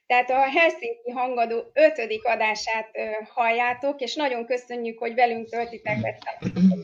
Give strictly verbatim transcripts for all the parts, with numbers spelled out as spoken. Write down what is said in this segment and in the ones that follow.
Tehát a Helsinki Hangadó ötödik adását halljátok, és nagyon köszönjük, hogy velünk töltitek ezt.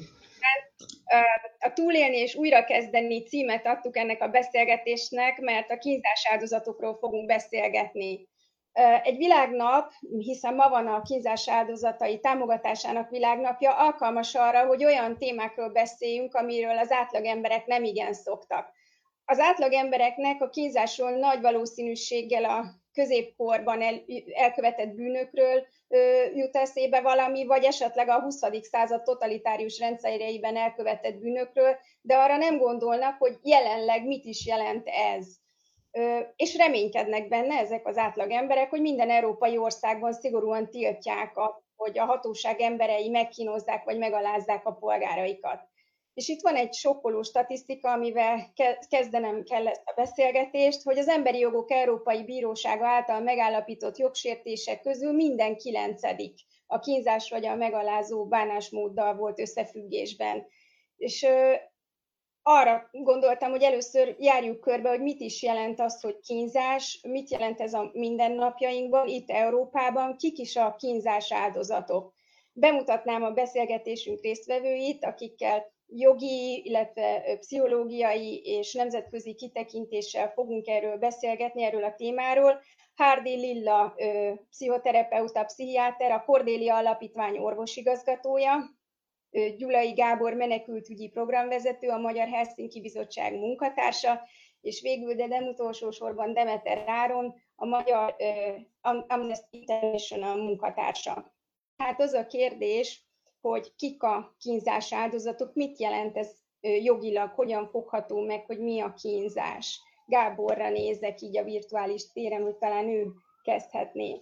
A Túlélni és újrakezdeni címet adtuk ennek a beszélgetésnek, mert a kínzás áldozatokról fogunk beszélgetni. Egy világnap, hiszen ma van a kínzás áldozatai támogatásának világnapja, alkalmas arra, hogy olyan témákról beszéljünk, amiről az átlag emberek nem igen szoktak. Az átlag embereknek a kínzásról nagy valószínűséggel a középkorban el, elkövetett bűnökről ö, jut eszébe valami, vagy esetleg a huszadik század totalitárius rendszereiben elkövetett bűnökről, de arra nem gondolnak, hogy jelenleg mit is jelent ez. Ö, és reménykednek benne ezek az átlag emberek, hogy minden európai országban szigorúan tiltják, a, hogy a hatóság emberei megkínozzák vagy megalázzák a polgáraikat. És itt van egy sokkoló statisztika, amivel kezdenem kell ezt a beszélgetést, hogy az Emberi Jogok Európai Bírósága által megállapított jogsértések közül minden kilencedik a kínzás vagy a megalázó bánásmóddal volt összefüggésben. És ö, arra gondoltam, hogy először járjuk körbe, hogy mit is jelent az, hogy kínzás, mit jelent ez a mindennapjainkban, itt Európában, kik is a kínzás áldozatok. Bemutatnám a beszélgetésünk résztvevőit, akikkel jogi, illetve pszichológiai és nemzetközi kitekintéssel fogunk erről beszélgetni, erről a témáról. Hárdi Lilla, pszichoterapeuta, pszichiáter, a Cordélia Alapítvány orvosigazgatója, Gyulai Gábor menekültügyi programvezető, a Magyar Helsinki Bizottság munkatársa, és végül, de nem utolsó sorban Demeter Áron, a Magyar Amnesty International munkatársa. Hát az a kérdés, hogy kik a kínzás áldozatok, mit jelent ez jogilag, hogyan fogható meg, hogy mi a kínzás. Gáborra nézek így a virtuális téren, hogy talán ő kezdhetné.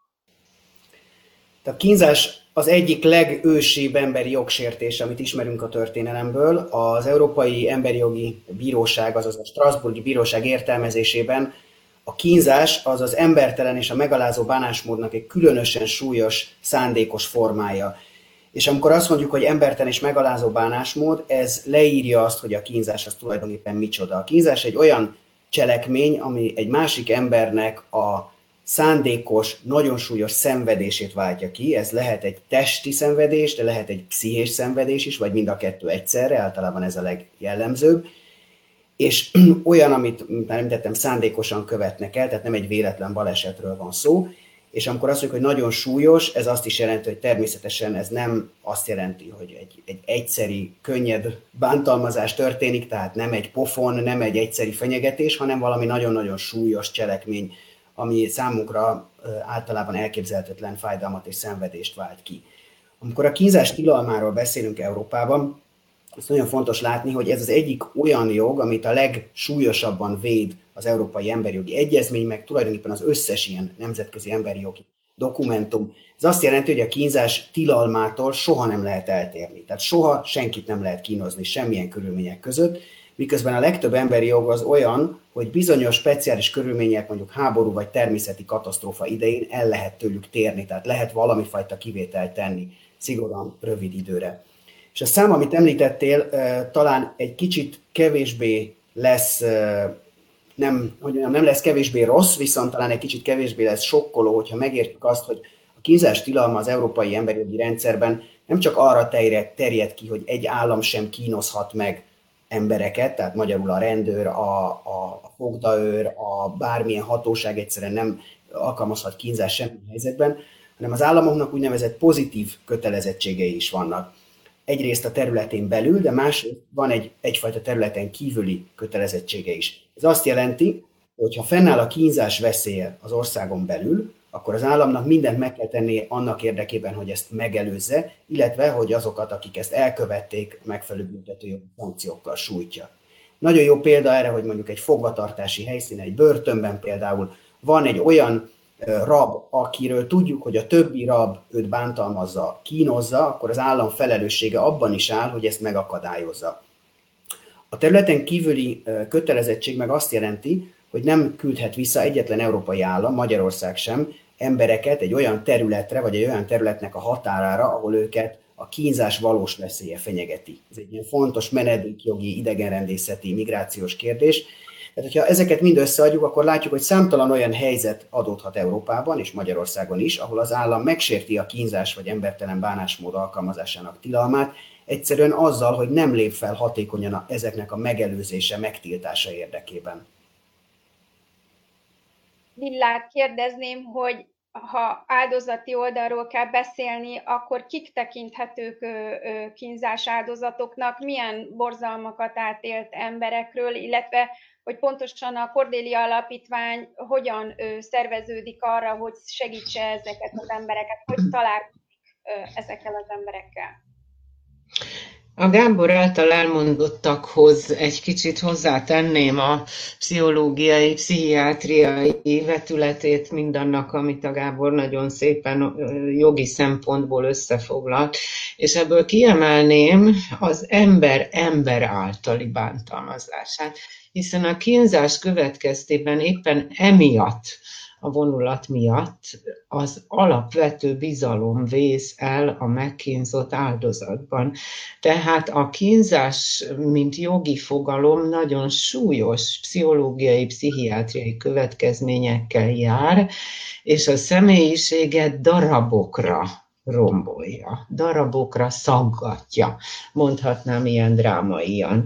A kínzás az egyik legősibb emberi jogsértés, amit ismerünk a történelemből. Az Európai Emberi Jogi Bíróság, azaz a Strasbourgi Bíróság értelmezésében a kínzás az az embertelen és a megalázó bánásmódnak egy különösen súlyos, szándékos formája. És amikor azt mondjuk, hogy embertelen és megalázó bánásmód, ez leírja azt, hogy a kínzás az tulajdonképpen micsoda. A kínzás egy olyan cselekmény, ami egy másik embernek a szándékos, nagyon súlyos szenvedését váltja ki. Ez lehet egy testi szenvedés, de lehet egy pszichés szenvedés is, vagy mind a kettő egyszerre, általában ez a legjellemzőbb. És olyan, amit már említettem, szándékosan követnek el, tehát nem egy véletlen balesetről van szó. És amikor azt mondjuk, hogy nagyon súlyos, ez azt is jelenti, hogy természetesen ez nem azt jelenti, hogy egy, egy egyszeri, könnyed bántalmazás történik, tehát nem egy pofon, nem egy egyszeri fenyegetés, hanem valami nagyon-nagyon súlyos cselekmény, ami számunkra általában elképzelhetetlen fájdalmat és szenvedést vált ki. Amikor a kínzás tilalmáról beszélünk Európában, azt nagyon fontos látni, hogy ez az egyik olyan jog, amit a legsúlyosabban véd az Európai Emberi Jogi Egyezmény, meg tulajdonképpen az összes ilyen nemzetközi emberi jogi dokumentum. Ez azt jelenti, hogy a kínzás tilalmától soha nem lehet eltérni. Tehát soha senkit nem lehet kínozni semmilyen körülmények között, miközben a legtöbb emberi jog az olyan, hogy bizonyos speciális körülmények, mondjuk háború vagy természeti katasztrófa idején el lehet tőlük térni, tehát lehet valami fajta kivételt tenni szigorúan rövid időre. És a szám, amit említettél, talán egy kicsit kevésbé lesz, nem, hogy nem lesz kevésbé rossz, viszont talán egy kicsit kevésbé lesz sokkoló, hogyha megértjük azt, hogy a kínzás tilalma az európai emberi jogi rendszerben nem csak arra terjed ki, hogy egy állam sem kínozhat meg embereket, tehát magyarul a rendőr, a, a fogdaőr, a bármilyen hatóság egyszerűen nem alkalmazhat kínzás semmilyen helyzetben, hanem az államoknak úgynevezett pozitív kötelezettségei is vannak. Egyrészt a területén belül, de másrészt van egy, egyfajta területen kívüli kötelezettsége is. Ez azt jelenti, hogy ha fennáll a kínzás veszélye az országon belül, akkor az államnak mindent meg kell tennie annak érdekében, hogy ezt megelőzze, illetve, hogy azokat, akik ezt elkövették, megfelelő büntetőjogi szankciókkal sújtja. Nagyon jó példa erre, hogy mondjuk egy fogvatartási helyszínen, egy börtönben például van egy olyan rab, akiről tudjuk, hogy a többi rab őt bántalmazza, kínozza, akkor az állam felelőssége abban is áll, hogy ezt megakadályozza. A területen kívüli kötelezettség meg azt jelenti, hogy nem küldhet vissza egyetlen európai állam, Magyarország sem, embereket egy olyan területre, vagy egy olyan területnek a határára, ahol őket a kínzás valós veszélye fenyegeti. Ez egy ilyen fontos menedékjogi, idegenrendészeti, migrációs kérdés. Tehát, hogyha ezeket mind összeadjuk, akkor látjuk, hogy számtalan olyan helyzet adódhat Európában és Magyarországon is, ahol az állam megsérti a kínzás vagy embertelen bánásmód alkalmazásának tilalmát, egyszerűen azzal, hogy nem lép fel hatékonyan ezeknek a megelőzése, megtiltása érdekében. Lillát kérdezném, hogy ha áldozati oldalról kell beszélni, akkor kik tekinthetők kínzás áldozatoknak, milyen borzalmakat átélt emberekről, illetve hogy pontosan a Cordélia Alapítvány hogyan szerveződik arra, hogy segítse ezeket az embereket, hogy találkozik ezekkel az emberekkel. A Gábor által elmondottakhoz egy kicsit hozzátenném a pszichológiai, pszichiátriai vetületét mindannak, amit a Gábor nagyon szépen jogi szempontból összefoglalt, és ebből kiemelném az ember ember általi bántalmazását, hiszen a kínzás következtében éppen emiatt, a vonulat miatt az alapvető bizalom vész el a megkínzott áldozatban. Tehát a kínzás, mint jogi fogalom, nagyon súlyos pszichológiai, pszichiátriai következményekkel jár, és a személyiséget darabokra rombolja, darabokra szaggatja, mondhatnám ilyen drámaian.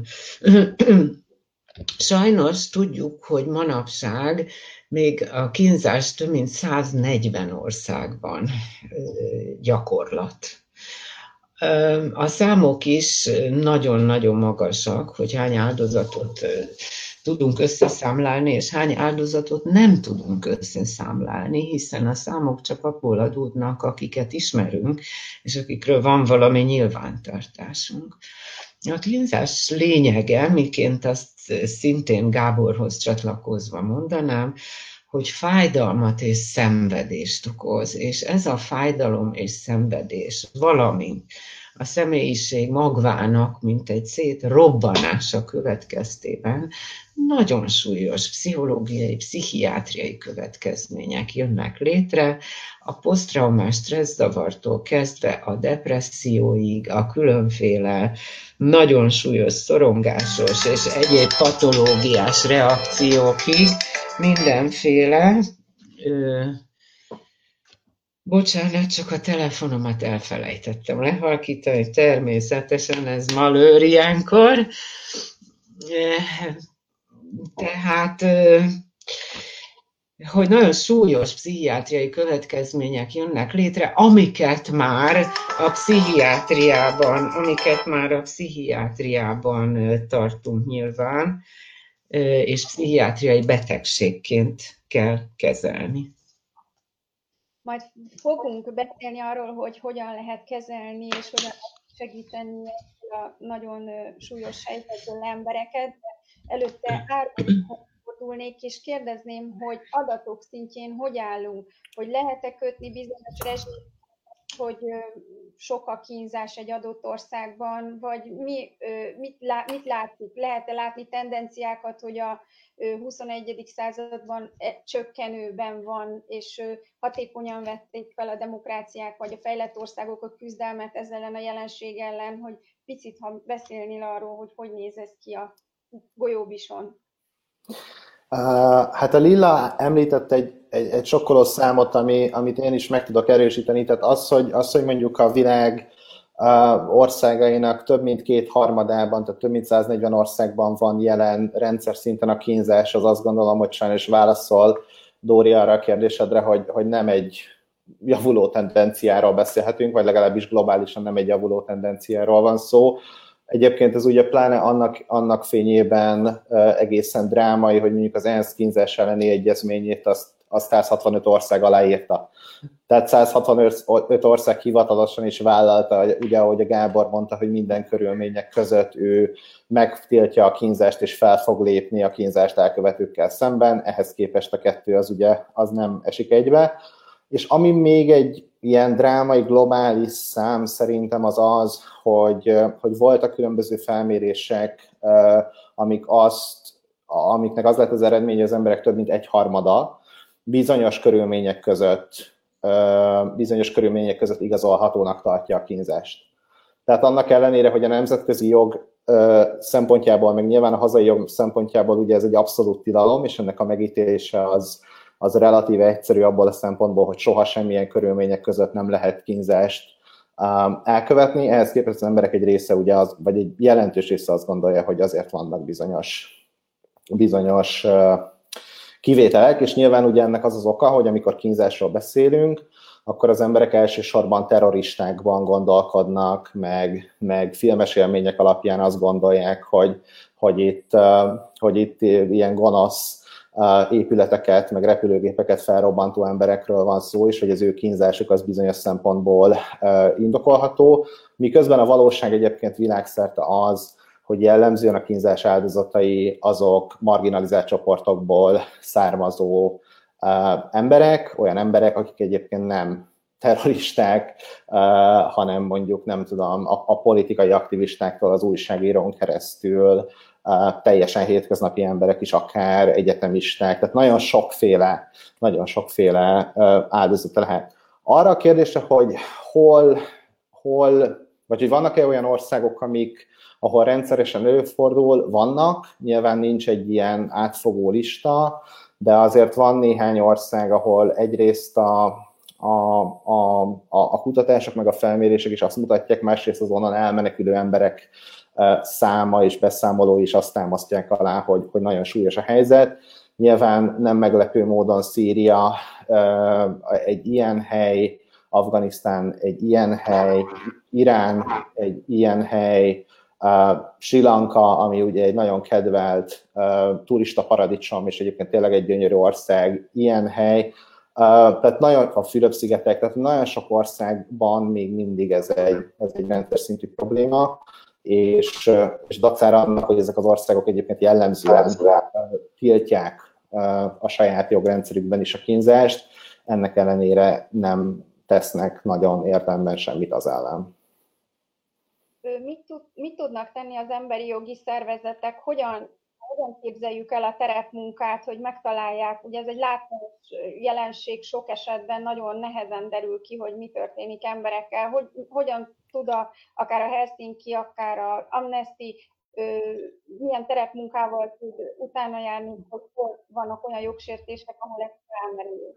Sajnos tudjuk, hogy manapság még a kínzás több mint száznegyven országban gyakorlat. A számok is nagyon-nagyon magasak, hogy hány áldozatot tudunk összeszámlálni, és hány áldozatot nem tudunk összeszámlálni, hiszen a számok csak abból adódnak, akiket ismerünk, és akikről van valami nyilvántartásunk. A kínzás lényege, miként azt szintén Gáborhoz csatlakozva mondanám, hogy fájdalmat és szenvedést okoz, és ez a fájdalom és szenvedés, valamint a személyiség magvának, mint egy szétrobbanása következtében nagyon súlyos pszichológiai, pszichiátriai következmények jönnek létre, a posztraumás stresszavartól kezdve a depresszióig, a különféle nagyon súlyos szorongásos és egyéb patológiás reakciókig, mindenféle, ö, bocsánat, csak a telefonomat elfelejtettem lehalkítani, természetesen ez malőr ilyenkor. Tehát, hogy nagyon súlyos pszichiátriai következmények jönnek létre, amiket már a pszichiátriában, amiket már a pszichiátriában tartunk nyilván, és pszichiátriai betegségként kell kezelni. Majd fogunk beszélni arról, hogy hogyan lehet kezelni, és hogyan segíteni a nagyon súlyos helyzetből embereket. Előtte árulni fordulnék, és kérdezném, hogy adatok szintjén hogy állunk, hogy lehet-e kötni bizonyos rezsimet, hogy sok a kínzás egy adott országban, vagy mi, mit, lá, mit látszik? Lehet-e látni tendenciákat, hogy a huszonegyedik században csökkenőben van, és hatékonyan vették fel a demokráciák, vagy a fejlett országok a küzdelmet ezzel ellen a jelenség ellen, hogy picit, ha beszélnél arról, hogy hogy néz ez ki a golyóbison? Uh, hát a Lilla említett egy, egy, egy sokkoló számot, ami, amit én is meg tudok erősíteni, tehát az, hogy, az, hogy mondjuk a világ uh, országainak több mint két harmadában, tehát több mint száznegyven országban van jelen rendszer szinten a kínzás, az azt gondolom, hogy sajnos válaszol Dóri arra a kérdésedre, hogy, hogy nem egy javuló tendenciáról beszélhetünk, vagy legalábbis globálisan nem egy javuló tendenciáról van szó. Egyébként ez ugye pláne annak, annak fényében uh, egészen drámai, hogy mondjuk az ENSZ kínzás elleni egyezményét azt, azt száz hatvanöt ország aláírta. Tehát száz hatvanöt ország hivatalosan is vállalta, ugye ahogy a Gábor mondta, hogy minden körülmények között ő megtiltja a kínzást és fel fog lépni a kínzást elkövetőkkel szemben, ehhez képest a kettő az ugye az nem esik egybe. És ami még egy ilyen drámai globális szám szerintem az az, hogy, hogy voltak különböző felmérések, amik azt, amiknek az lett az eredmény, hogy az emberek több mint egyharmada bizonyos körülmények között, bizonyos körülmények között igazolhatónak tartja a kínzást. Tehát annak ellenére, hogy a nemzetközi jog szempontjából, meg nyilván a hazai jog szempontjából ugye ez egy abszolút tilalom, és ennek a megítélése az, az relatíve egyszerű abból a szempontból, hogy soha semmilyen körülmények között nem lehet kínzást elkövetni. Ehhez képest az emberek egy része, ugye az, vagy egy jelentős része azt gondolja, hogy azért vannak bizonyos, bizonyos kivételek, és nyilván ugye ennek az az oka, hogy amikor kínzásról beszélünk, akkor az emberek elsősorban terroristákban gondolkodnak, meg, meg filmes élmények alapján azt gondolják, hogy, hogy, itt, hogy itt ilyen gonosz épületeket, meg repülőgépeket felrobbantó emberekről van szó, és hogy az ő kínzásuk az bizonyos szempontból indokolható, miközben a valóság egyébként világszerte az, hogy jellemzően a kínzás áldozatai azok marginalizált csoportokból származó emberek, olyan emberek, akik egyébként nem terroristák, hanem mondjuk nem tudom, a, a politikai aktivistáktól az újságírón keresztül teljesen hétköznapi emberek is, akár egyetemisták, tehát nagyon sokféle, nagyon sokféle áldozata lehet. Arra a kérdésre, hogy hol, hol, vagy hogy vannak-e olyan országok, amik, ahol rendszeresen előfordul, vannak, nyilván nincs egy ilyen átfogó lista, de azért van néhány ország, ahol egyrészt a, a, a, a kutatások meg a felmérések is azt mutatják, másrészt az onnan elmenekülő emberek száma és beszámolói is azt támasztják alá, hogy, hogy nagyon súlyos a helyzet. Nyilván nem meglepő módon Szíria egy ilyen hely, Afganisztán egy ilyen hely, Irán egy ilyen hely, Uh, Sri Lanka, ami ugye egy nagyon kedvelt uh, turista paradicsom, és egyébként tényleg egy gyönyörű ország, ilyen hely. Uh, tehát nagyon, a Fülöp-szigetek, tehát nagyon sok országban még mindig ez egy, ez egy rendszer szintű probléma, és, uh, és dacára annak, hogy ezek az országok egyébként jellemzően uh, tiltják uh, a saját jogrendszerükben is a kínzást, ennek ellenére nem tesznek nagyon érdemben semmit az ellen. Mit, tud, mit tudnak tenni az emberi jogi szervezetek, hogyan, hogyan képzeljük el a terepmunkát, hogy megtalálják, ugye ez egy látványos jelenség, sok esetben nagyon nehezen derül ki, hogy mi történik emberekkel, hogy, hogyan tud a, akár a Helsinki, akár a Amnesty, ö, milyen terepmunkával tud utána járni, hogy hol vannak olyan jogsértések, ahol ez felmerül.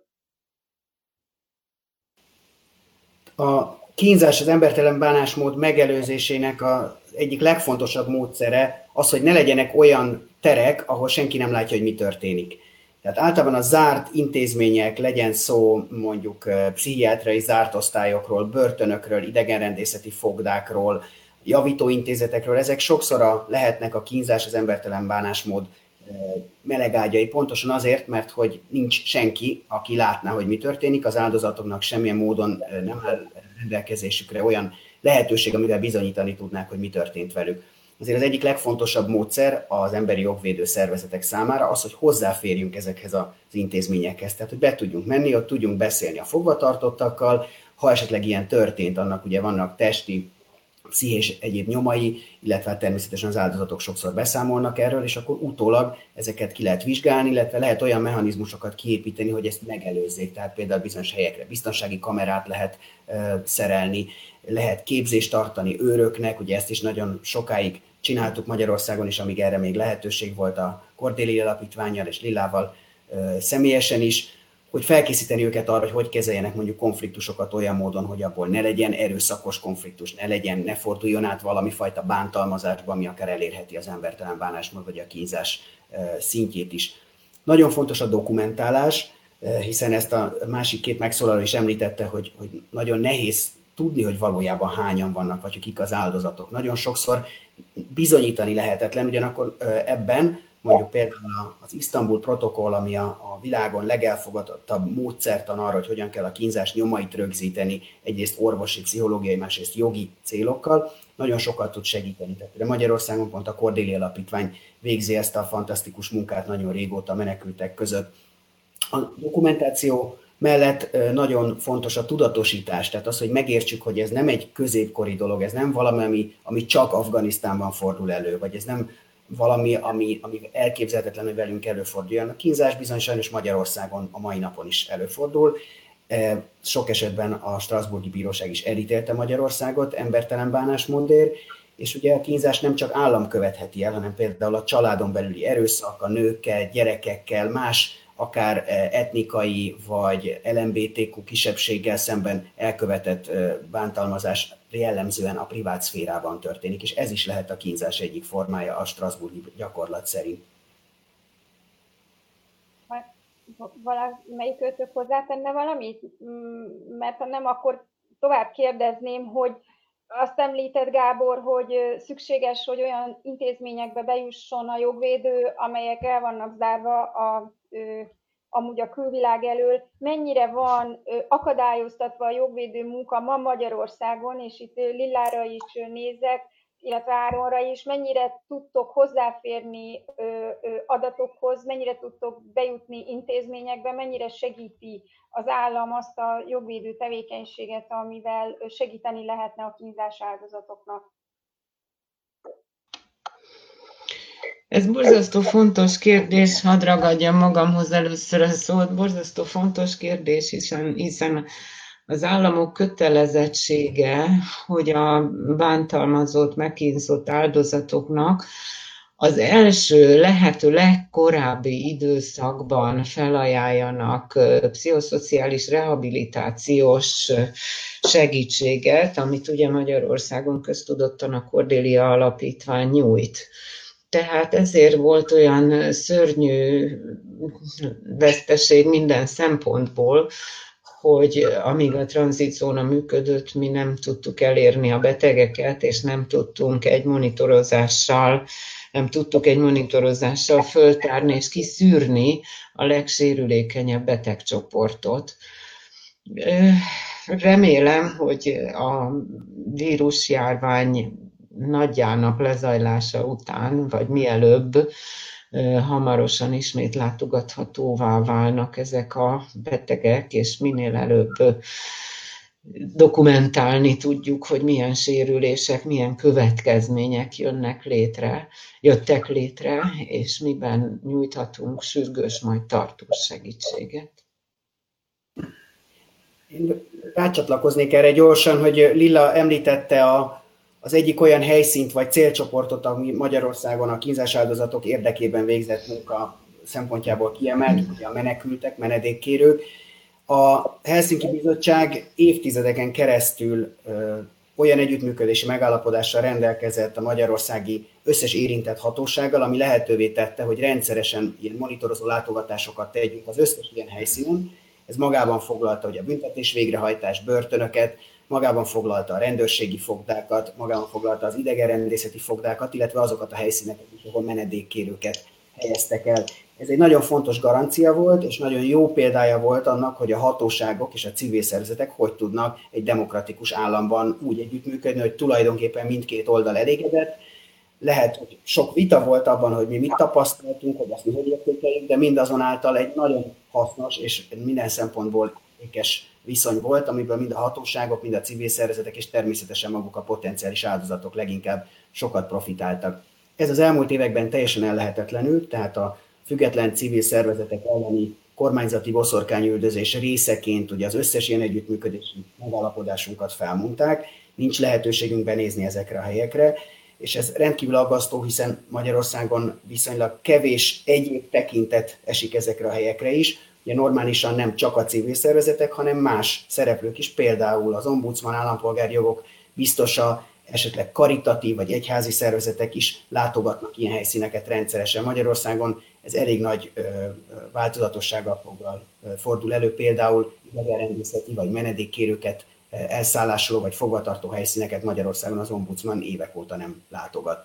A kínzás, az embertelen bánásmód megelőzésének az egyik legfontosabb módszere az, hogy ne legyenek olyan terek, ahol senki nem látja, hogy mi történik. Tehát általában a zárt intézmények, legyen szó mondjuk pszichiátriai zárt osztályokról, börtönökről, idegenrendészeti fogdákról, javítóintézetekről, ezek sokszor lehetnek a kínzás, az embertelen bánásmód melegágyai, pontosan azért, mert hogy nincs senki, aki látná, hogy mi történik, az áldozatoknak semmilyen módon nem áll rendelkezésükre olyan lehetőség, amivel bizonyítani tudnák, hogy mi történt velük. Azért az egyik legfontosabb módszer az emberi jogvédő szervezetek számára az, hogy hozzáférjünk ezekhez az intézményekhez, tehát hogy be tudjunk menni, ott tudjunk beszélni a fogvatartottakkal, ha esetleg ilyen történt, annak ugye vannak testi, pszichés egyéb nyomai, illetve természetesen az áldozatok sokszor beszámolnak erről, és akkor utólag ezeket ki lehet vizsgálni, illetve lehet olyan mechanizmusokat kiépíteni, hogy ezt megelőzzék. Tehát például bizonyos helyekre biztonsági kamerát lehet uh, szerelni, lehet képzést tartani őröknek, ugye ezt is nagyon sokáig csináltuk Magyarországon is, amíg erre még lehetőség volt a Cordélia Alapítvánnyal és Lillával uh, személyesen is, hogy felkészíteni őket arra, hogy hogy kezeljenek mondjuk konfliktusokat olyan módon, hogy abból ne legyen erőszakos konfliktus, ne legyen, ne forduljon át valami fajta bántalmazásba, ami akár elérheti az embertelen bánásmód vagy a kínzás szintjét is. Nagyon fontos a dokumentálás, hiszen ezt a másik két megszólaló is említette, hogy, hogy nagyon nehéz tudni, hogy valójában hányan vannak, vagy hogy kik az áldozatok. Nagyon sokszor bizonyítani lehetetlen, ugyanakkor ebben mondjuk például az Isztambul protokoll, ami a, a világon legelfogadottabb módszertan arra, hogy hogyan kell a kínzás nyomait rögzíteni, egyrészt orvosi, pszichológiai, másrészt jogi célokkal, nagyon sokat tud segíteni. De Magyarországon pont a Cordélia Alapítvány végzi ezt a fantasztikus munkát nagyon régóta menekültek között. A dokumentáció mellett nagyon fontos a tudatosítás, tehát az, hogy megértsük, hogy ez nem egy középkori dolog, ez nem valami, ami, ami csak Afganisztánban fordul elő, vagy ez nem valami, ami, ami elképzelhetetlen, hogy velünk előforduljon. A kínzás bizony sajnos Magyarországon a mai napon is előfordul. Sok esetben a Strasbourgi Bíróság is elítélte Magyarországot embertelen bánásmódért, és ugye a kínzás nem csak állam követheti el, hanem például a családon belüli erőszak, a nőkkel, gyerekekkel, más akár etnikai vagy el em bé té kú kisebbséggel szemben elkövetett bántalmazás jellemzően a privát szférában történik, és ez is lehet a kínzás egyik formája a strasbourgi gyakorlat szerint. Valamelyik őtök hozzátenne valamit? Mert ha nem, akkor tovább kérdezném, hogy azt említett Gábor, hogy szükséges, hogy olyan intézményekbe bejusson a jogvédő, amelyek el vannak zárva a, amúgy a külvilág elől. Mennyire van akadályoztatva a jogvédő munka ma Magyarországon, és itt Lillára is nézek, illetve Áronra is, mennyire tudtok hozzáférni adatokhoz, mennyire tudtok bejutni intézményekbe, mennyire segíti az állam azt a jogvédő tevékenységet, amivel segíteni lehetne a kínzás áldozatoknak? Ez borzasztó fontos kérdés, hadd ragadjam magamhoz először a szót, borzasztó fontos kérdés, hiszen, hiszen az államok kötelezettsége, hogy a bántalmazott, megkínzott áldozatoknak az első, lehető legkorábbi időszakban felajánljanak pszichoszociális rehabilitációs segítséget, amit ugye Magyarországon köztudottan a Cordélia Alapítvány nyújt. Tehát ezért volt olyan szörnyű veszteség minden szempontból, hogy amíg a tranzitzóna működött, mi nem tudtuk elérni a betegeket, és nem tudtunk egy monitorozással, nem tudtuk egy monitorozással föltárni és kiszűrni a legsérülékenyebb betegcsoportot. Remélem, hogy a vírusjárvány nagyjának lezajlása után, vagy mielőbb, hamarosan ismét látogathatóvá válnak ezek a betegek, és minél előbb dokumentálni tudjuk, hogy milyen sérülések, milyen következmények jönnek létre, jöttek létre, és miben nyújthatunk sürgős, majd tartós segítséget. Én rácsatlakoznék erre gyorsan, hogy Lilla említette a az egyik olyan helyszínt vagy célcsoportot, ami Magyarországon a kínzás áldozatok érdekében végzett munka szempontjából kiemelt, ugye a menekültek, menedékkérők. A Helsinki Bizottság évtizedeken keresztül ö, olyan együttműködési megállapodással rendelkezett a magyarországi összes érintett hatósággal, ami lehetővé tette, hogy rendszeresen ilyen monitorozó látogatásokat tegyünk az összes ilyen helyszínen. Ez magában foglalta, hogy a büntetés végrehajtás, börtönöket, magában foglalta a rendőrségi fogdákat, magában foglalta az idegenrendészeti fogdákat, illetve azokat a helyszíneket, ahol menedékkérőket helyeztek el. Ez egy nagyon fontos garancia volt, és nagyon jó példája volt annak, hogy a hatóságok és a civil szervezetek hogy tudnak egy demokratikus államban úgy együttműködni, hogy tulajdonképpen mindkét oldal elégedett. Lehet, hogy sok vita volt abban, hogy mi mit tapasztaltunk, hogy azt mi hogy értékeljük, de mindazonáltal egy nagyon hasznos és minden szempontból értékes viszony volt, amiből mind a hatóságok, mind a civil szervezetek és természetesen maguk a potenciális áldozatok leginkább sokat profitáltak. Ez az elmúlt években teljesen ellehetetlenült, tehát a független civil szervezetek elleni kormányzati boszorkányüldözés részeként ugye az összes ilyen együttműködési megállapodásunkat felmondták, nincs lehetőségünk benézni ezekre a helyekre, és ez rendkívül aggasztó, hiszen Magyarországon viszonylag kevés egyéb tekintet esik ezekre a helyekre is. Ugye normálisan nem csak a civil szervezetek, hanem más szereplők is, például az ombudsman, állampolgári jogok biztosa, esetleg karitatív vagy egyházi szervezetek is látogatnak ilyen helyszíneket rendszeresen. Magyarországon ez elég nagy ö, változatossággal foglal, ö, fordul elő, például idegenrendészeti vagy menedékkérőket elszállásoló vagy fogvatartó helyszíneket Magyarországon az ombudsman évek óta nem látogat.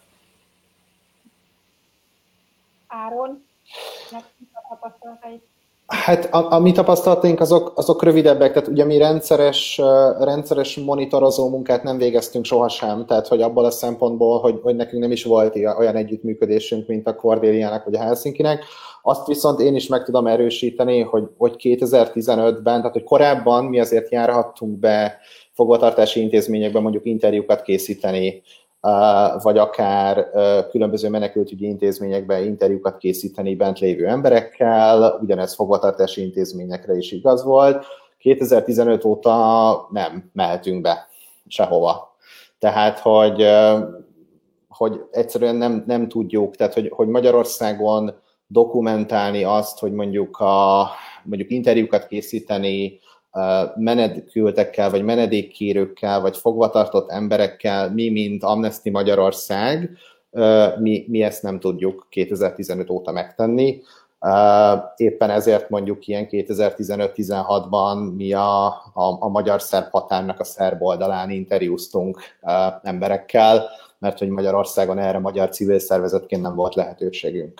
Áron, megint a tapasztalatait. Hát a, a mi tapasztalataink azok, azok rövidebbek, tehát ugye mi rendszeres, rendszeres monitorozó munkát nem végeztünk sohasem, tehát hogy abból a szempontból, hogy, hogy nekünk nem is volt olyan együttműködésünk, mint a Cordéliának vagy a Helsinkinek. Azt viszont én is meg tudom erősíteni, hogy, hogy kétezer-tizenötben, tehát hogy korábban mi azért járhattunk be fogvatartási intézményekben mondjuk interjúkat készíteni, vagy akár különböző menekültügyi intézményekben interjúkat készíteni bent lévő emberekkel, ugyanez fogvatartási intézményekre is igaz volt. kétezer-tizenöt óta nem mehetünk be sehova. Tehát, hogy hogy egyszerűen nem, nem tudjuk, tehát hogy, hogy Magyarországon dokumentálni azt, hogy mondjuk, a, mondjuk interjúkat készíteni menekültekkel, vagy menedékkérőkkel, vagy fogvatartott emberekkel, mi, mint Amnesty Magyarország, mi, mi ezt nem tudjuk kétezer-tizenöt óta megtenni. Éppen ezért mondjuk ilyen kétezer-tizenöt-tizenhatban mi a, a, a magyar-szerb határnak a szerb oldalán interjúztunk emberekkel, mert hogy Magyarországon erre magyar civil szervezetként nem volt lehetőségünk.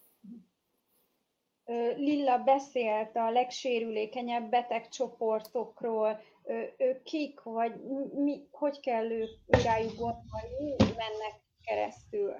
Lilla beszélt a legsérülékenyebb betegcsoportokról. Ők kik, vagy mi, hogy kell ők rájuk gondolni, mi mennek keresztül?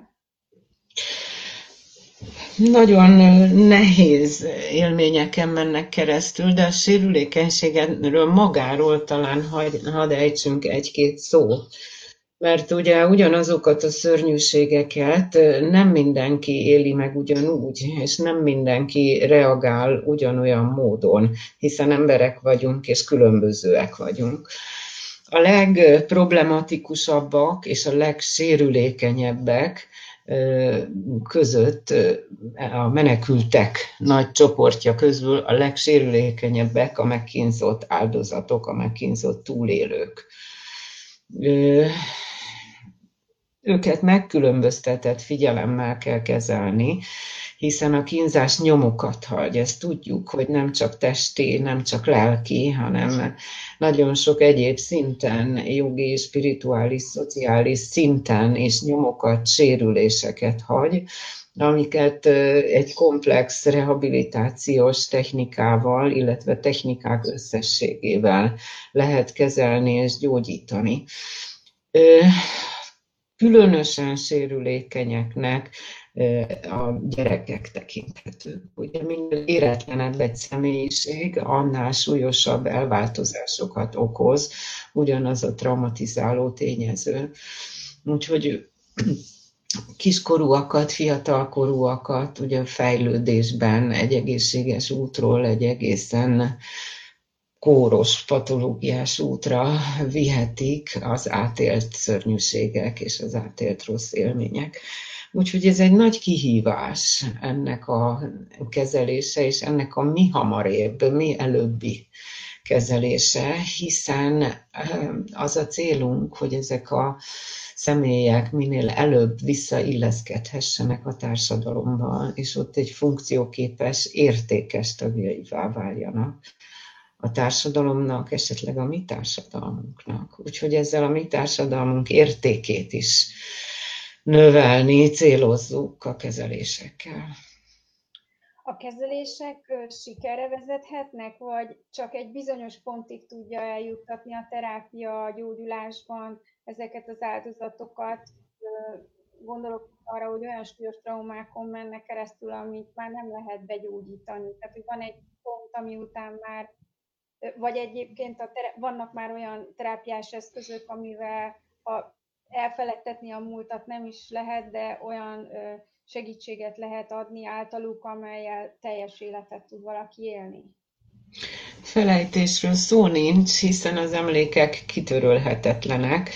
Nagyon nehéz élményeken mennek keresztül, de a sérülékenységről magáról talán hadd ejtsünk egy-két szót. Mert ugye ugyanazokat a szörnyűségeket nem mindenki éli meg ugyanúgy, és nem mindenki reagál ugyanolyan módon, hiszen emberek vagyunk, és különbözőek vagyunk. A legproblematikusabbak és a legsérülékenyebbek között a menekültek nagy csoportja közül a legsérülékenyebbek a megkínzott áldozatok, a megkínzott túlélők. Őket megkülönböztetett figyelemmel kell kezelni, hiszen a kínzás nyomokat hagy. Ezt tudjuk, hogy nem csak testi, nem csak lelki, hanem nagyon sok egyéb szinten, jogi, spirituális, szociális szinten is nyomokat, sérüléseket hagy, amiket egy komplex rehabilitációs technikával, illetve technikák összességével lehet kezelni és gyógyítani. Különösen sérülékenyeknek a gyerekek tekinthetők. Ugye minél éretlenebb egy személyiség, annál súlyosabb elváltozásokat okoz ugyanaz a traumatizáló tényező. Úgyhogy kiskorúakat, fiatalkorúakat ugye a fejlődésben egy egészséges útról egy egészen kóros, patológiás útra vihetik az átélt szörnyűségek és az átélt rossz élmények. Úgyhogy ez egy nagy kihívás ennek a kezelése, és ennek a mi hamarébb, mi előbbi kezelése, hiszen az a célunk, hogy ezek a személyek minél előbb visszailleszkedhessenek a társadalomba, és ott egy funkcióképes, értékes tagjaivá váljanak a társadalomnak, esetleg a mi társadalmunknak. Úgyhogy ezzel a mi társadalmunk értékét is növelni célozzuk a kezelésekkel. A kezelések sikerre vezethetnek, vagy csak egy bizonyos pontig tudja eljuttatni a terápia, a gyógyulásban ezeket az áldozatokat? Gondolok arra, hogy olyan súlyos traumákon mennek keresztül, amit már nem lehet begyógyítani. Tehát, hogy van egy pont, ami után már, vagy egyébként a terá- vannak már olyan terápiás eszközök, amivel a elfeledtetni a múltat nem is lehet, de olyan segítséget lehet adni általuk, amellyel teljes életet tud valaki élni. Felejtésről szó nincs, hiszen az emlékek kitörölhetetlenek.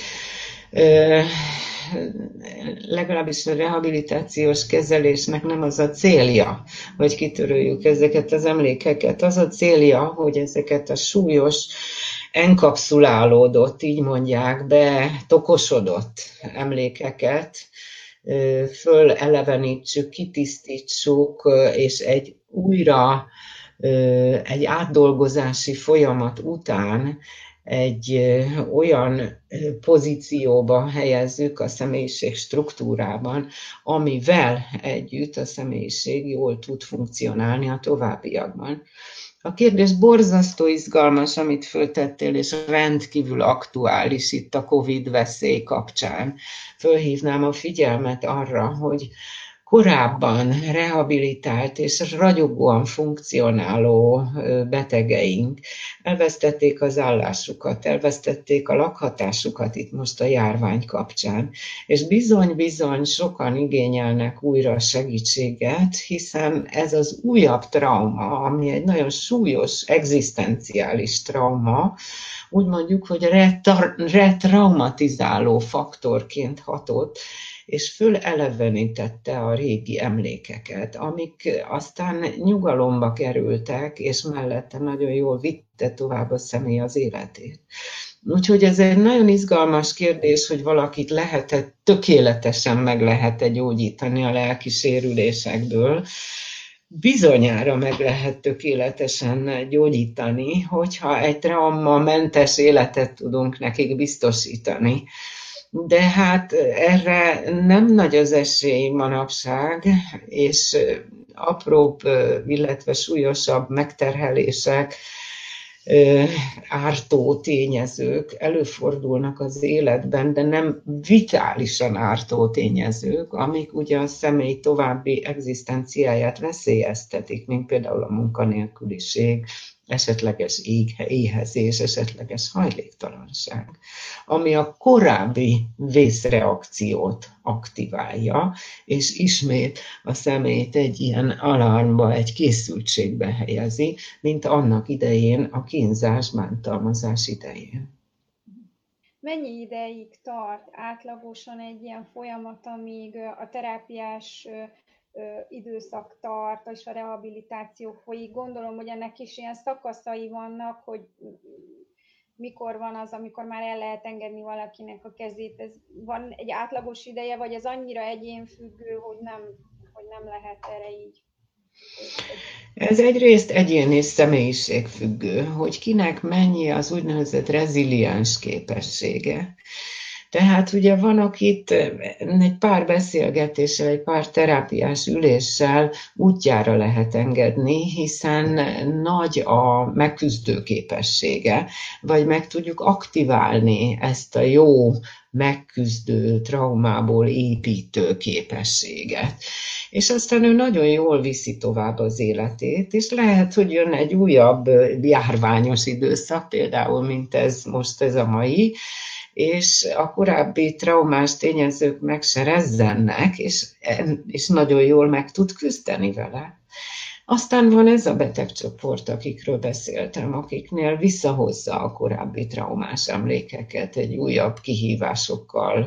Legalábbis a rehabilitációs kezelésnek nem az a célja, hogy kitöröljük ezeket az emlékeket. Az a célja, hogy ezeket a súlyos, enkapszulálódott, így mondják, betokosodott emlékeket fölelevenítsük, kitisztítsuk, és egy újra, egy átdolgozási folyamat után egy olyan pozícióba helyezzük a személyiség struktúrában, amivel együtt a személyiség jól tud funkcionálni a továbbiakban. A kérdés borzasztó izgalmas, amit föltettél, és rendkívül aktuális itt a Covid veszély kapcsán. Fölhívnám a figyelmet arra, hogy korábban rehabilitált és ragyogóan funkcionáló betegeink elvesztették az állásukat, elvesztették a lakhatásukat itt most a járvány kapcsán, és bizony-bizony sokan igényelnek újra segítséget, hiszen ez az újabb trauma, ami egy nagyon súlyos, egzisztenciális trauma, úgy mondjuk, hogy retraumatizáló faktorként hatott, és fölelevenítette a régi emlékeket, amik aztán nyugalomba kerültek, és mellette nagyon jól vitte tovább a személy az életét. Úgyhogy ez egy nagyon izgalmas kérdés, hogy valakit lehet-e, tökéletesen meg lehet-e gyógyítani a lelki sérülésekből. Bizonyára meg lehet tökéletesen gyógyítani, hogyha egy traumamentes életet tudunk nekik biztosítani. De hát erre nem nagy az esély manapság, és apróbb, illetve súlyosabb megterhelések, ártó tényezők előfordulnak az életben, de nem vitálisan ártó tényezők, amik ugye a személy további egzisztenciáját veszélyeztetik, mint például a munkanélküliség, esetleges éhezés, esetleges hajléktalanság, ami a korábbi vészreakciót aktiválja, és ismét a személyt egy ilyen alarmba, egy készültségbe helyezi, mint annak idején a kínzás, bántalmazás idején. Mennyi ideig tart átlagosan egy ilyen folyamat, amíg a terápiás időszak tart, és a rehabilitáció folyik? Gondolom, hogy ennek is ilyen szakaszai vannak, hogy mikor van az, amikor már el lehet engedni valakinek a kezét. Ez van egy átlagos ideje, vagy ez annyira egyénfüggő, hogy nem, hogy nem lehet erre így? Ez egyrészt egyén és személyiségfüggő, hogy kinek mennyi az úgynevezett reziliens képessége. Tehát ugye van, akit egy pár beszélgetéssel, egy pár terápiás üléssel útjára lehet engedni, hiszen nagy a megküzdő képessége, vagy meg tudjuk aktiválni ezt a jó megküzdő, traumából építő képességet. És aztán ő nagyon jól viszi tovább az életét, és lehet, hogy jön egy újabb járványos időszak, például, mint ez most ez a mai, és a korábbi traumás tényezők meg se rezzennek, és, és nagyon jól meg tud küzdeni vele. Aztán van ez a betegcsoport, akikről beszéltem, akiknél visszahozza a korábbi traumás emlékeket egy újabb kihívásokkal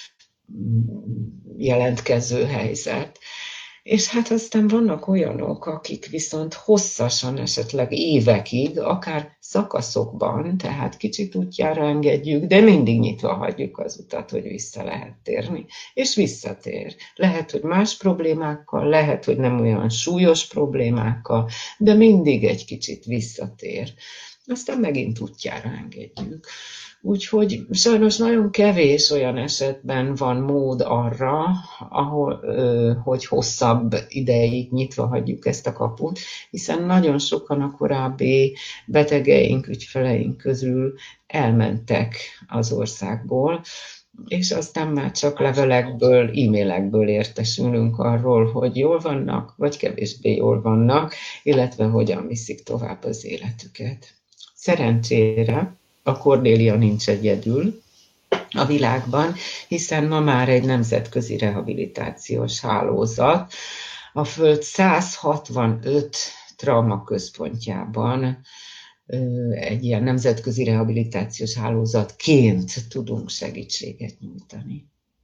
jelentkező helyzet. És hát aztán vannak olyanok, akik viszont hosszasan, esetleg évekig, akár szakaszokban, tehát kicsit útjára engedjük, de mindig nyitva hagyjuk az utat, hogy vissza lehet térni. És visszatér. Lehet, hogy más problémákkal, lehet, hogy nem olyan súlyos problémákkal, de mindig egy kicsit visszatér. Aztán megint útjára engedjük. Úgyhogy sajnos nagyon kevés olyan esetben van mód arra, ahol, hogy hosszabb ideig nyitva hagyjuk ezt a kaput, hiszen nagyon sokan a korábbi betegeink, ügyfeleink közül elmentek az országból, és aztán már csak levelekből, e-mailekből értesülünk arról, hogy jól vannak, vagy kevésbé jól vannak, illetve hogyan viszik tovább az életüket. Szerencsére a Cornélia nincs egyedül a világban, hiszen ma már egy nemzetközi rehabilitációs hálózat a Föld száz hatvanöt traumaközpontjában egy ilyen nemzetközi rehabilitációs hálózatként tudunk segítséget nyújtani.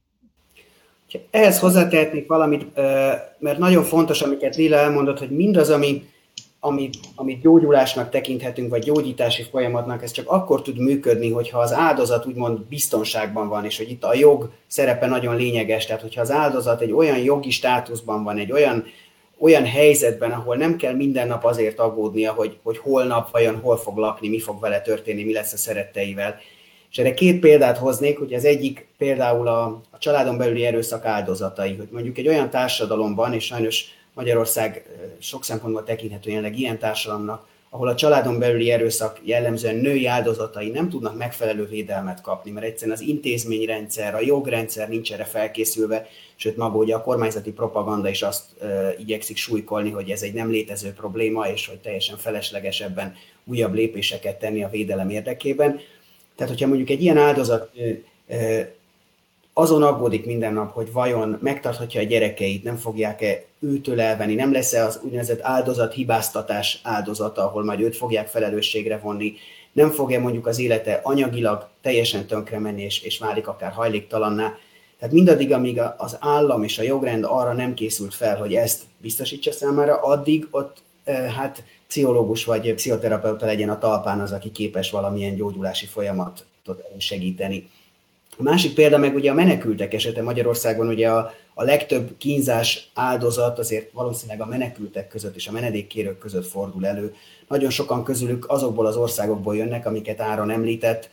Ehhez hozzátehetnék valamit, mert nagyon fontos, amiket Lila elmondott, hogy mindaz, ami Amit, amit gyógyulásnak tekinthetünk, vagy gyógyítási folyamatnak, ez csak akkor tud működni, hogyha az áldozat úgymond biztonságban van, és hogy itt a jog szerepe nagyon lényeges, tehát hogyha az áldozat egy olyan jogi státuszban van, egy olyan, olyan helyzetben, ahol nem kell minden nap azért aggódnia, hogy, hogy holnap vajon hol fog lakni, mi fog vele történni, mi lesz a szeretteivel. És erre két példát hoznék, hogy az egyik például a, a családon belüli erőszak áldozatai, hogy mondjuk egy olyan társadalomban, és sajnos Magyarország sok szempontból tekinthető jelenleg ilyen társadalomnak, ahol a családon belüli erőszak jellemzően női áldozatai nem tudnak megfelelő védelmet kapni, mert egyszerűen az intézményrendszer, a jogrendszer nincs erre felkészülve, sőt maga ugye a kormányzati propaganda is azt e, igyekszik súlykolni, hogy ez egy nem létező probléma, és hogy teljesen felesleges ebben újabb lépéseket tenni a védelem érdekében. Tehát, hogyha mondjuk egy ilyen áldozat e, azon aggódik minden nap, hogy vajon megtarthatja a gyerekeit, nem fogják-e őtől elvenni, nem lesz-e az úgynevezett áldozathibáztatás áldozata, ahol majd őt fogják felelősségre vonni, nem fog-e mondjuk az élete anyagilag teljesen tönkre menni, és, és válik akár hajléktalanná. Tehát mindaddig, amíg az állam és a jogrend arra nem készült fel, hogy ezt biztosítsa számára, addig ott hát pszichológus vagy pszichoterapeuta legyen a talpán az, aki képes valamilyen gyógyulási folyamatot segíteni. A másik példa meg ugye a menekültek esete. Magyarországon ugye a, a legtöbb kínzás áldozat azért valószínűleg a menekültek között és a menedékkérők között fordul elő. Nagyon sokan közülük azokból az országokból jönnek, amiket Áron említett,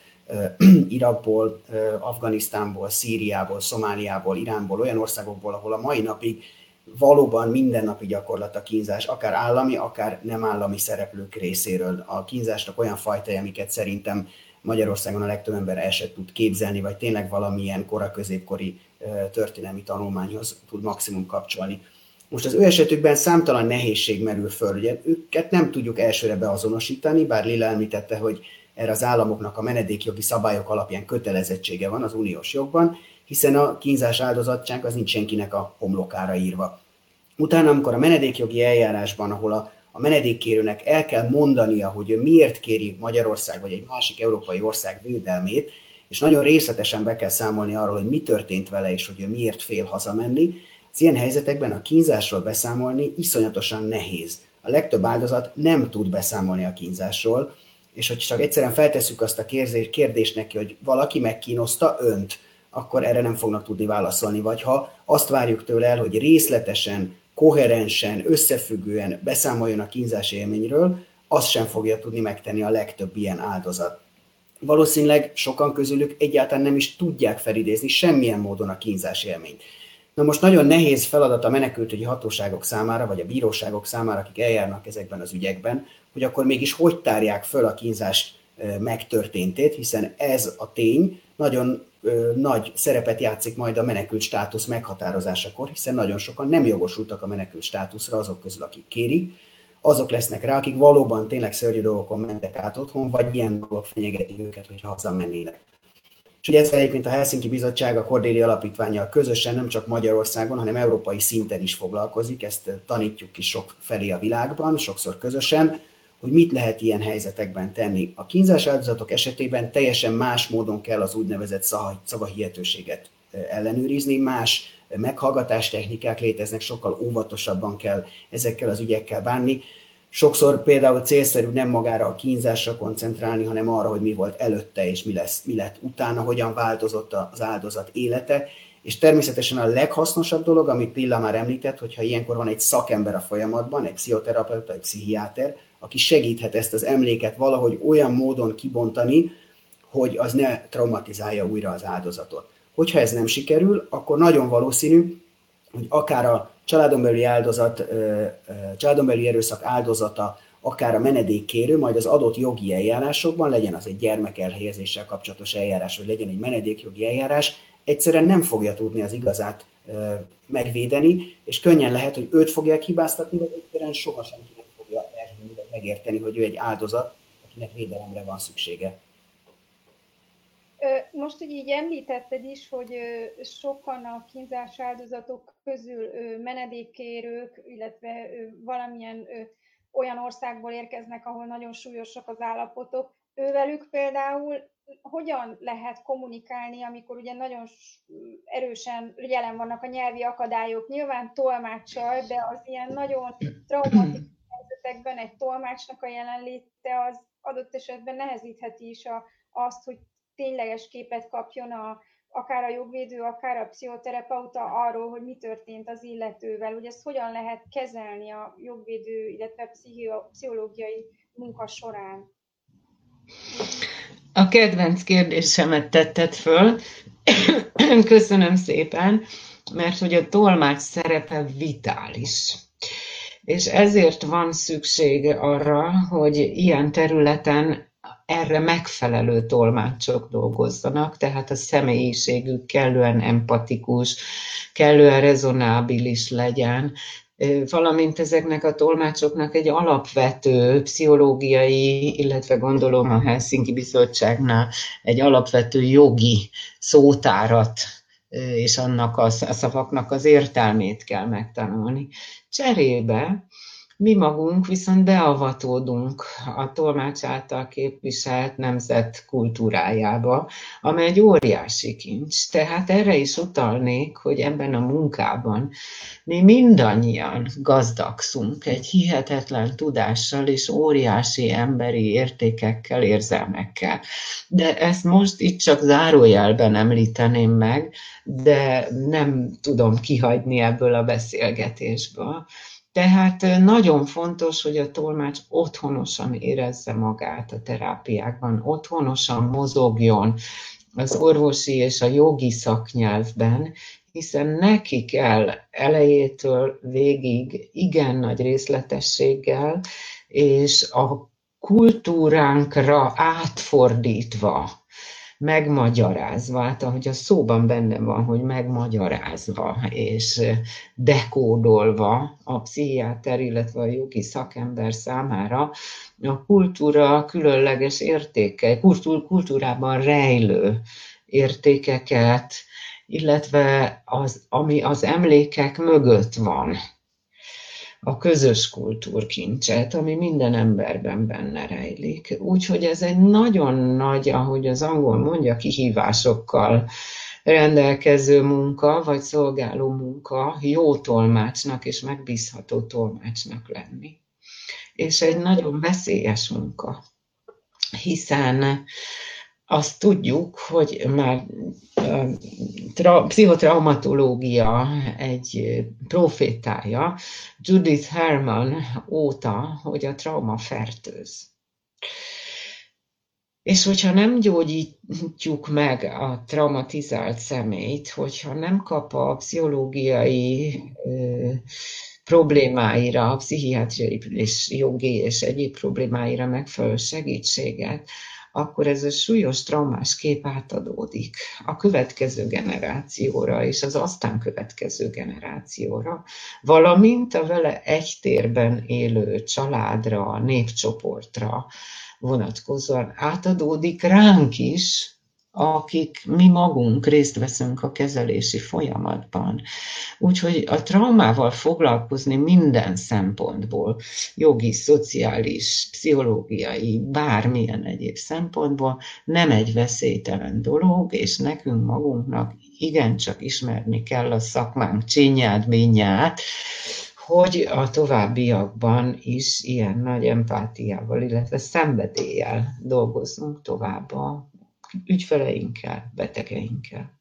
Irakból, Afganisztánból, Szíriából, Szomáliából, Iránból, olyan országokból, ahol a mai napig valóban mindennapi gyakorlat a kínzás, akár állami, akár nem állami szereplők részéről. A kínzásnak olyan fajtája, amiket szerintem Magyarországon a legtöbb ember el sem tud képzelni, vagy tényleg valamilyen kora-középkori történelmi tanulmányhoz tud maximum kapcsolni. Most az ő esetükben számtalan nehézség merül föl, ugye őket nem tudjuk elsőre beazonosítani, bár Lila említette, hogy erre az államoknak a menedékjogi szabályok alapján kötelezettsége van az uniós jogban, hiszen a kínzás áldozatság az nincs senkinek a homlokára írva. Utána, amikor a menedékjogi eljárásban, ahol a, a menedékkérőnek el kell mondania, hogy ő miért kéri Magyarország vagy egy másik európai ország védelmét, és nagyon részletesen be kell számolni arról, hogy mi történt vele, és hogy ő miért fél hazamenni, az ilyen helyzetekben a kínzásról beszámolni iszonyatosan nehéz. A legtöbb áldozat nem tud beszámolni a kínzásról, és hogy csak egyszerűen feltesszük azt a kérdést neki, hogy valaki megkínozta önt, akkor erre nem fognak tudni válaszolni. Vagy ha azt várjuk tőle el, hogy részletesen, koherensen, összefüggően beszámoljon a kínzás élményről, azt sem fogja tudni megtenni a legtöbb ilyen áldozat. Valószínűleg sokan közülük egyáltalán nem is tudják felidézni semmilyen módon a kínzás élményt. Na most nagyon nehéz feladat a menekültügyi hatóságok számára, vagy a bíróságok számára, akik eljárnak ezekben az ügyekben, hogy akkor mégis hogy tárják föl a kínzás megtörténtét, hiszen ez a tény nagyon ö, nagy szerepet játszik majd a menekült státusz meghatározásakor, hiszen nagyon sokan nem jogosultak a menekült státuszra azok közül, akik kérik, azok lesznek rá, akik valóban tényleg szörnyű dolgokon mentek át otthon, vagy ilyen dolgok fenyegetik őket, hogyha hazamennének. És ugye ezzel egyébként a Helsinki Bizottság a Cordelia Alapítvánnyal közösen nem csak Magyarországon, hanem európai szinten is foglalkozik, ezt tanítjuk is sok felé a világban, sokszor közösen, hogy mit lehet ilyen helyzetekben tenni. A kínzás áldozatok esetében teljesen más módon kell az úgynevezett szavahihetőséget ellenőrizni, más meghallgatás technikák léteznek, sokkal óvatosabban kell ezekkel az ügyekkel bánni. Sokszor például célszerű nem magára a kínzásra koncentrálni, hanem arra, hogy mi volt előtte és mi, lesz, mi lett utána, hogyan változott az áldozat élete. És természetesen a leghasznosabb dolog, amit Lilla már említett, hogyha ilyenkor van egy szakember a folyamatban, egy pszichoterapeuta, egy pszichiáter, aki segíthet ezt az emléket valahogy olyan módon kibontani, hogy az ne traumatizálja újra az áldozatot. Hogyha ez nem sikerül, akkor nagyon valószínű, hogy akár a családon belüli áldozat, családon belüli erőszak áldozata, akár a menedékkérő, majd az adott jogi eljárásokban, legyen az egy gyermek elhelyezéssel kapcsolatos eljárás, vagy legyen egy menedékjogi eljárás, egyszerűen nem fogja tudni az igazát megvédeni, és könnyen lehet, hogy őt fogják hibáztatni, vagy egyszerűen sohasem nem fogja megérteni, hogy ő egy áldozat, akinek védelemre van szüksége. Most, hogy így említetted is, hogy sokan a kínzás áldozatok közül menedékkérők, illetve valamilyen olyan országból érkeznek, ahol nagyon súlyosak az állapotok. Ővelük például hogyan lehet kommunikálni, amikor ugye nagyon erősen jelen vannak a nyelvi akadályok, nyilván tolmáccsal, de az ilyen nagyon traumatikus helyzetekben egy tolmácsnak a jelenléte az adott esetben nehezítheti is a, azt, hogy tényleges képet kapjon a, akár a jogvédő, akár a pszichoterapeuta arról, hogy mi történt az illetővel, hogy ezt hogyan lehet kezelni a jogvédő, illetve a pszichológiai munka során. A kedvenc kérdésemet tetted föl. Köszönöm szépen, mert hogy a tolmács szerepe vitális. És ezért van szüksége arra, hogy ilyen területen erre megfelelő tolmácsok dolgozzanak, tehát a személyiségük kellően empatikus, kellően rezonábilis legyen, valamint ezeknek a tolmácsoknak egy alapvető pszichológiai, illetve gondolom a Helsinki Bizottságnál egy alapvető jogi szótárat és annak a szavaknak az értelmét kell megtanulni. Cserébe Mi magunk viszont beavatódunk a tolmács által képviselt nemzet kultúrájába, amely egy óriási kincs. Tehát erre is utalnék, hogy ebben a munkában mi mindannyian gazdagszunk egy hihetetlen tudással és óriási emberi értékekkel, érzelmekkel. De ezt most itt csak zárójelben említeném meg, de nem tudom kihagyni ebből a beszélgetésből. Tehát nagyon fontos, hogy a tolmács otthonosan érezze magát a terápiákban, otthonosan mozogjon az orvosi és a jogi szaknyelvben, hiszen neki kell elejétől végig igen nagy részletességgel, és a kultúránkra átfordítva, megmagyarázva, hát ahogy a szóban benne van, hogy megmagyarázva és dekódolva a pszichiáter, illetve a jogi szakember számára a kultúra különleges értéke, kultúr, kultúrában rejlő értékeket, illetve az, ami az emlékek mögött van, a közös kultúrkincset, ami minden emberben benne rejlik. Úgyhogy ez egy nagyon nagy, ahogy az angol mondja, kihívásokkal rendelkező munka, vagy szolgáló munka, jó tolmácsnak és megbízható tolmácsnak lenni. És egy nagyon veszélyes munka, hiszen azt tudjuk, hogy már tra- pszichotraumatológia egy profétája, Judith Herman óta, hogy a trauma fertőz. És hogyha nem gyógyítjuk meg a traumatizált személyt, hogyha nem kap a pszichológiai ö, problémáira, a pszichiátriai és jogi és egyéb problémáira megfelelő segítséget, akkor ez a súlyos traumás kép átadódik a következő generációra és az aztán következő generációra, valamint a vele egy térben élő családra, népcsoportra vonatkozóan átadódik ránk is, akik mi magunk részt veszünk a kezelési folyamatban. Úgyhogy a traumával foglalkozni minden szempontból, jogi, szociális, pszichológiai, bármilyen egyéb szempontból nem egy veszélytelen dolog, és nekünk magunknak igencsak ismerni kell a szakmánk csinyát, bínyát, hogy a továbbiakban is ilyen nagy empátiával, illetve szenvedéllyel dolgozzunk tovább a ügyfeleinkkel, betegeinkkel.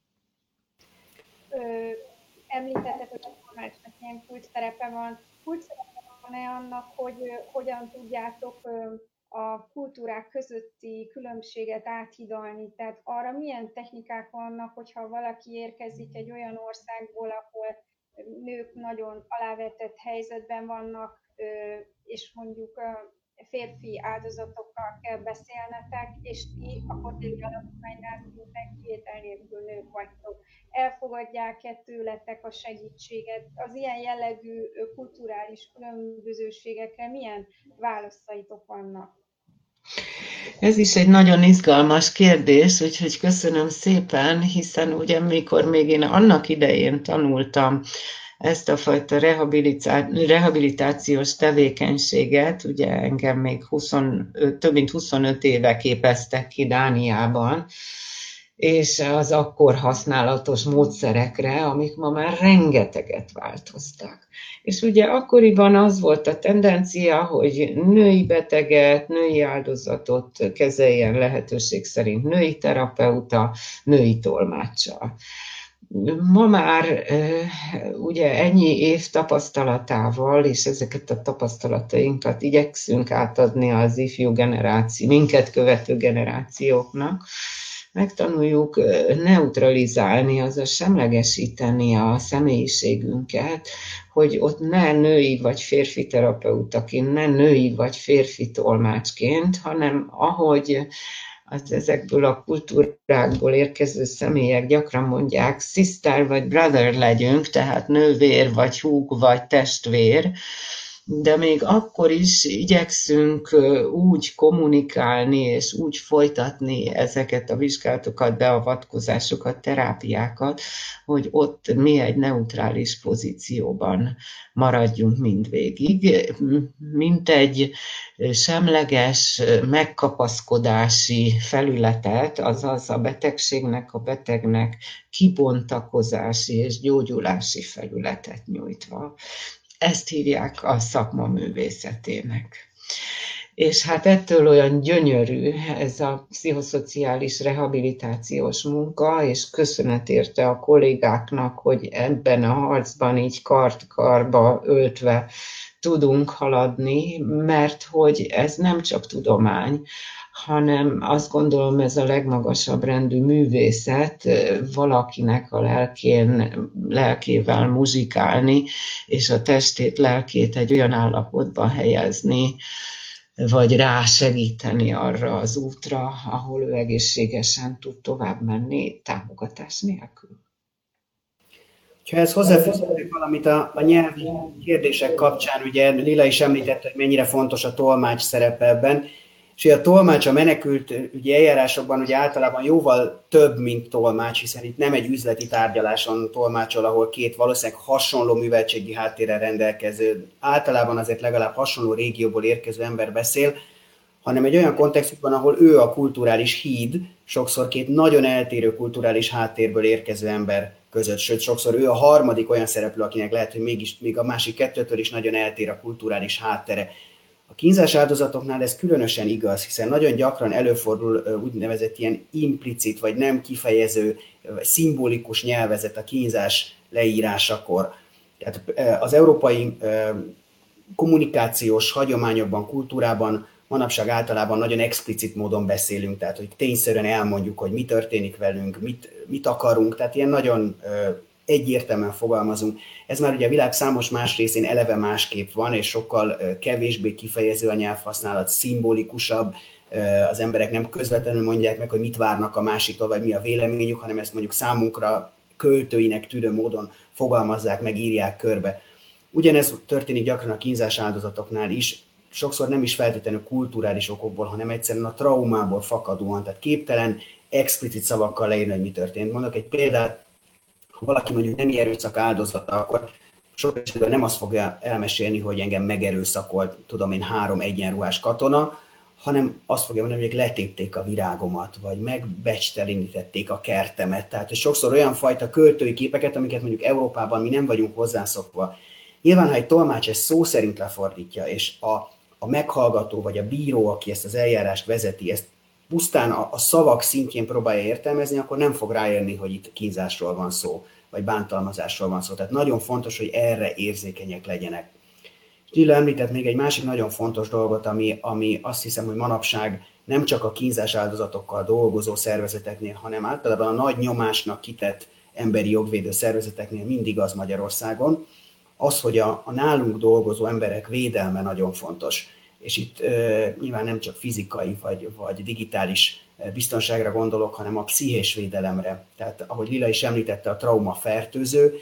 Említetted, hogy a tolmácsnak ilyen kulcs szerepe van. Kulcs szerepe van-e annak, hogy hogyan tudjátok a kultúrák közötti különbséget áthidalni? Tehát arra milyen technikák vannak, hogyha valaki érkezik egy olyan országból, ahol nők nagyon alávetett helyzetben vannak, és mondjuk férfi áldozatokkal kell beszélnetek, és ti a Hotelli Alapítványnál szinte kivétel nélkül nők vagytok. Elfogadják-e tőletek a segítséget? Az ilyen jellegű kulturális különbözőségekre milyen válaszaitok vannak? Ez is egy nagyon izgalmas kérdés, úgyhogy köszönöm szépen, hiszen ugye mikor még én annak idején tanultam ezt a fajta rehabilitációs tevékenységet, ugye engem még huszonöt, több mint huszonöt éve képeztek ki Dániában, és az akkor használatos módszerekre, amik ma már rengeteget változtak. És ugye akkoriban az volt a tendencia, hogy női beteget, női áldozatot kezeljen lehetőség szerint női terapeuta, női tolmáccsal. Ma már ugye ennyi év tapasztalatával, és ezeket a tapasztalatainkat igyekszünk átadni az ifjú generáció, minket követő generációknak, megtanuljuk neutralizálni, azaz semlegesíteni a személyiségünket, hogy ott ne női vagy férfi terapeutaként, ne női vagy férfi tolmácsként, hanem ahogy az ezekből a kultúrákból érkező személyek gyakran mondják, sister vagy brother legyünk, tehát nővér vagy húg vagy testvér, de még akkor is igyekszünk úgy kommunikálni és úgy folytatni ezeket a vizsgálatokat, beavatkozásokat, terápiákat, hogy ott mi egy neutrális pozícióban maradjunk mindvégig, mint egy semleges megkapaszkodási felületet, azaz a betegségnek, a betegnek kibontakozási és gyógyulási felületet nyújtva. Ezt hívják a szakma művészetének. És hát ettől olyan gyönyörű ez a pszichoszociális rehabilitációs munka, és köszönet érte a kollégáknak, hogy ebben a harcban így kard-karba öltve tudunk haladni, mert hogy ez nem csak tudomány, hanem azt gondolom, ez a legmagasabb rendű művészet, valakinek a lelkén, lelkével muzsikálni, és a testét, lelkét egy olyan állapotba helyezni, vagy rásegíteni arra az útra, ahol ő egészségesen tud tovább menni, támogatás nélkül. Ha ezt hozzáfűzhetek valamit a, a nyelvi kérdések kapcsán, ugye Lila is említette, hogy mennyire fontos a tolmács szerepe ebben, és a tolmács a menekült ugye, eljárásokban ugye általában jóval több, mint tolmács, hiszen itt nem egy üzleti tárgyaláson tolmácsol, ahol két valószínűleg hasonló műveltségi háttérrel rendelkező, általában azért legalább hasonló régióból érkező ember beszél, hanem egy olyan kontextusban, ahol ő a kulturális híd, sokszor két nagyon eltérő kulturális háttérből érkező ember között, sőt, sokszor ő a harmadik olyan szereplő, akinek lehet, hogy mégis, még a másik kettőtől is nagyon eltér a kulturális háttere. A kínzás áldozatoknál ez különösen igaz, hiszen nagyon gyakran előfordul úgynevezett ilyen implicit, vagy nem kifejező, vagy szimbolikus nyelvezet a kínzás leírásakor. Tehát az európai kommunikációs hagyományokban, kultúrában manapság általában nagyon explicit módon beszélünk, tehát hogy tényszerűen elmondjuk, hogy mi történik velünk, mit, mit akarunk, tehát ilyen nagyon egyértelműen fogalmazunk. Ez már ugye a világ számos más részén eleve másképp van, és sokkal kevésbé kifejező a nyelvhasználat, szimbolikusabb, az emberek nem közvetlenül mondják meg, hogy mit várnak a másiktól, vagy mi a véleményük, hanem ezt mondjuk számunkra költőinek tűnő módon fogalmazzák meg, írják körbe. Ugyanez történik gyakran a kínzás áldozatoknál is, sokszor nem is feltétlenül kulturális okokból, hanem egyszerűen a traumából fakadóan, tehát képtelen explicit szavakkal leírni, hogy mi történt. Mondok egy példát, ha valaki mondjuk nem erőszak áldozata, akkor sok esetben nem azt fogja elmesélni, hogy engem megerőszakolt, tudom én, három egyenruhás katona, hanem azt fogja mondani, hogy letépték a virágomat, vagy megbecstelinítették a kertemet. Tehát sokszor olyan fajta költői képeket, amiket mondjuk Európában mi nem vagyunk hozzászokva. Nyilván, ha egy tolmács ezt szó szerint lefordítja, és a, a meghallgató, vagy a bíró, aki ezt az eljárást vezeti, ezt pusztán a, a szavak szintjén próbálja értelmezni, akkor nem fog rájönni, hogy itt kínzásról van szó, vagy bántalmazásról van szó. Tehát nagyon fontos, hogy erre érzékenyek legyenek. Lila említett még egy másik nagyon fontos dolgot, ami, ami azt hiszem, hogy manapság nem csak a kínzás áldozatokkal dolgozó szervezeteknél, hanem általában a nagy nyomásnak kitett emberi jogvédő szervezeteknél mindig az Magyarországon, az, hogy a, a nálunk dolgozó emberek védelme nagyon fontos. És itt e, nyilván nem csak fizikai vagy, vagy digitális biztonságra gondolok, hanem a pszichés védelemre. Tehát ahogy Lila is említette, a trauma fertőző,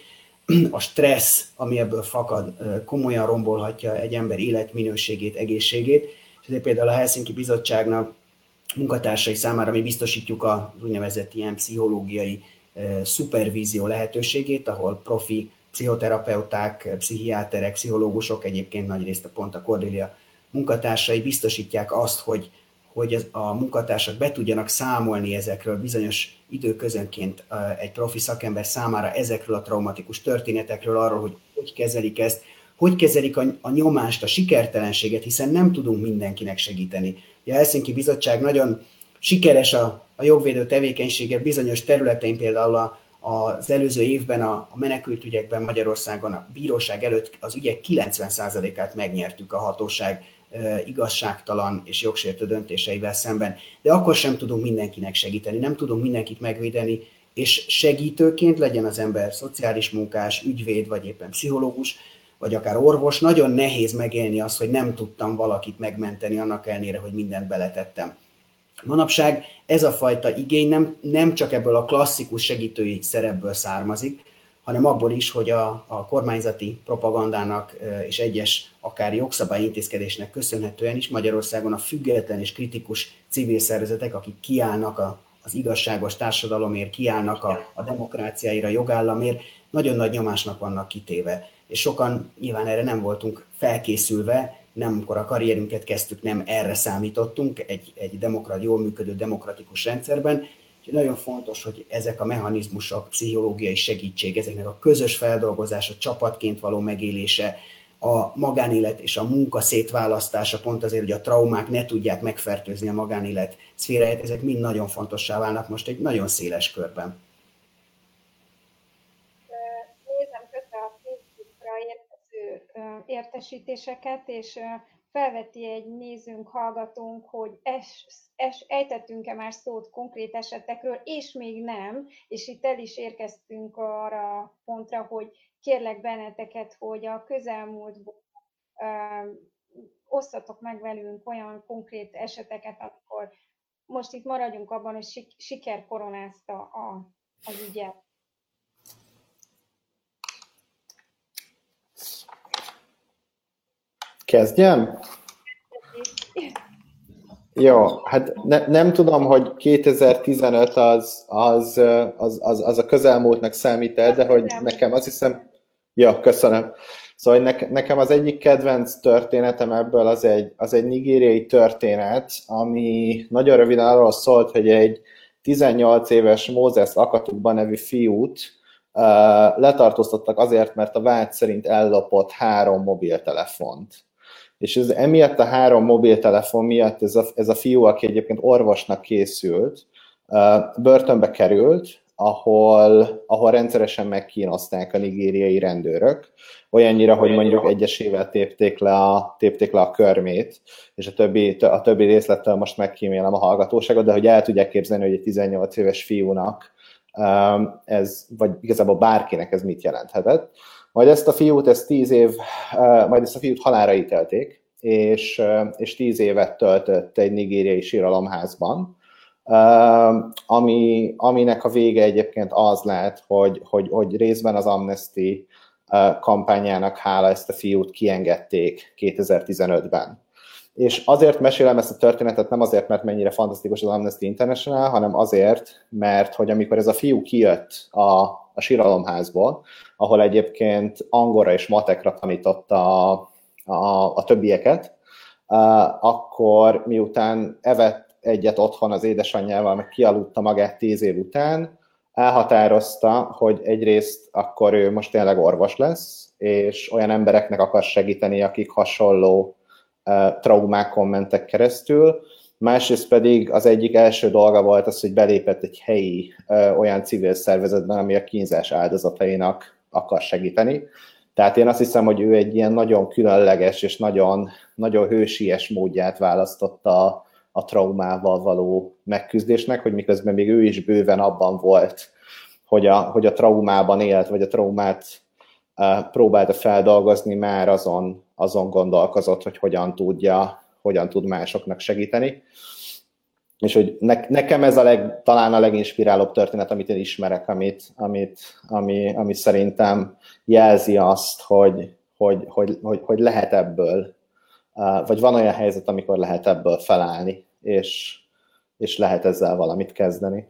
a stressz, ami ebből fakad, komolyan rombolhatja egy ember életminőségét, egészségét. És ezért például a Helsinki Bizottságnak munkatársai számára mi biztosítjuk az úgynevezett ilyen pszichológiai szupervízió lehetőségét, ahol profi pszichoterapeuták, pszichiáterek, pszichológusok, egyébként nagyrészt a pont a Cordelia munkatársai biztosítják azt, hogy, hogy a munkatársak be tudjanak számolni ezekről bizonyos időközönként egy profi szakember számára ezekről a traumatikus történetekről, arról, hogy hogy kezelik ezt, hogy kezelik a, a nyomást, a sikertelenséget, hiszen nem tudunk mindenkinek segíteni. A Helsinki Bizottság nagyon sikeres a, a jogvédő tevékenysége bizonyos területein, például a az előző évben a menekültügyekben Magyarországon a bíróság előtt az ügyek kilencven százalékát megnyertük a hatóság igazságtalan és jogsértő döntéseivel szemben. De akkor sem tudunk mindenkinek segíteni, nem tudunk mindenkit megvédeni, és segítőként legyen az ember szociális munkás, ügyvéd, vagy éppen pszichológus, vagy akár orvos, nagyon nehéz megélni azt, hogy nem tudtam valakit megmenteni annak ellenére, hogy mindent beletettem. Manapság ez a fajta igény nem, nem csak ebből a klasszikus segítői szerepből származik, hanem abból is, hogy a, a kormányzati propagandának és egyes akár jogszabályi intézkedésnek köszönhetően is Magyarországon a független és kritikus civil szervezetek, akik kiállnak a, az igazságos társadalomért, kiállnak a, a demokráciáira, a jogállamért, nagyon nagy nyomásnak vannak kitéve. És sokan nyilván erre nem voltunk felkészülve, nem amikor a karrierünket kezdtük, nem erre számítottunk egy, egy demokrat, jól működő demokratikus rendszerben. Úgyhogy nagyon fontos, hogy ezek a mechanizmusok, pszichológiai segítség, ezeknek a közös feldolgozása, csapatként való megélése, a magánélet és a munka szétválasztása, pont azért, hogy a traumák ne tudják megfertőzni a magánélet szféráját, ezek mind nagyon fontossá válnak most egy nagyon széles körben. Nézem közben a Facebookra érkező értesítéseket, és felveti egy nézőnk, hallgatónk, hogy es, es, ejtettünk-e már szót konkrét esetekről, és még nem, és itt el is érkeztünk arra a pontra, hogy kérlek benneteket, hogy a közelmúltból ö, osszatok meg velünk olyan konkrét eseteket, amikor most itt maradjunk abban, hogy sik, siker koronázta a, az ügyet. Kezdjem? Jó, hát ne, nem tudom, hogy kétezer-tizenöt az, az, az, az, az a közelmúltnak számít-e, de hogy nekem azt hiszem... Jó, köszönöm. Szóval ne, nekem az egyik kedvenc történetem ebből az egy, az egy nigériai történet, ami nagyon röviden arról szólt, hogy egy tizennyolc éves Mózes Akatukba nevű fiút uh, letartóztattak azért, mert a vád szerint ellopott három mobiltelefont. És ez, emiatt a három mobiltelefon miatt ez a, ez a fiú, aki egyébként orvosnak készült, börtönbe került, ahol, ahol rendszeresen megkínozták a nigériai rendőrök, olyannyira, hogy mondjuk egyesével tépték le a, tépték le a körmét, és a többi, a többi részlettel most megkímélem a hallgatóságot, de hogy el tudják képzelni, hogy egy tizennyolc éves fiúnak ez, vagy igazából bárkinek ez mit jelenthetett. Majd ezt a fiút, ezt tíz év, majd ezt a fiút halálra ítélték, és, és tíz évet töltött egy nigériai síralomházban, ami, aminek a vége egyébként az lett, hogy, hogy, hogy részben az Amnesty kampányának hála ezt a fiút kiengedték kétezer-tizenötben. És azért mesélem ezt a történetet, nem azért, mert mennyire fantasztikus az Amnesty International, hanem azért, mert hogy amikor ez a fiú kijött a, a síralomházból, ahol egyébként angolra és matekra tanította a, a, a többieket, uh, akkor miután evett egyet otthon az édesanyjával, meg kialudta magát tíz év után, elhatározta, hogy egyrészt akkor ő most tényleg orvos lesz, és olyan embereknek akar segíteni, akik hasonló uh, traumákon mentek keresztül, másrészt pedig az egyik első dolga volt az, hogy belépett egy helyi ö, olyan civil szervezetben, ami a kínzás áldozatainak akar segíteni. Tehát én azt hiszem, hogy ő egy ilyen nagyon különleges és nagyon, nagyon hősies módját választotta a, a traumával való megküzdésnek, hogy miközben még ő is bőven abban volt, hogy a, hogy a traumában élt, vagy a traumát ö, próbálta feldolgozni, már azon, azon gondolkozott, hogy hogyan tudja hogyan tud másoknak segíteni. És hogy ne, nekem ez a leg, talán a leginspirálóbb történet, amit én ismerek, amit, amit, ami, ami szerintem jelzi azt, hogy, hogy, hogy, hogy, hogy lehet ebből, vagy van olyan helyzet, amikor lehet ebből felállni, és, és lehet ezzel valamit kezdeni.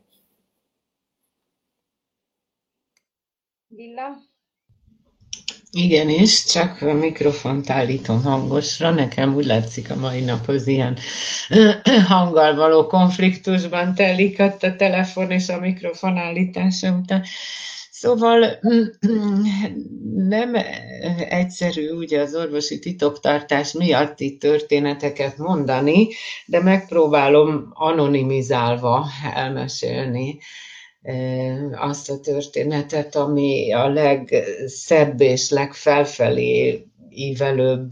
Villa? Igenis, csak a mikrofont állítom hangosra. Nekem úgy látszik, a mai nap az ilyen hanggal való konfliktusban telik a telefon és a mikrofon állítása után. Szóval nem egyszerű ugye az orvosi titoktartás miatti történeteket mondani, de megpróbálom anonimizálva elmesélni azt a történetet, ami a legszebb és legfelfelé ívelőbb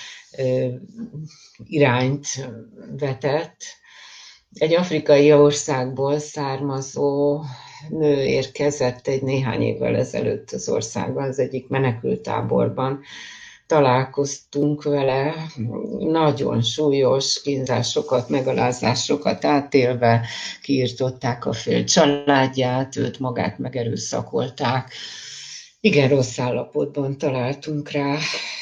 irányt vetett. Egy afrikai országból származó nő érkezett egy néhány évvel ezelőtt az országban, az egyik menekülttáborban. Találkoztunk vele, nagyon súlyos kínzásokat, megalázásokat átélve, kiirtották a fél családját, őt magát megerőszakolták, Igen, rossz állapotban találtunk rá.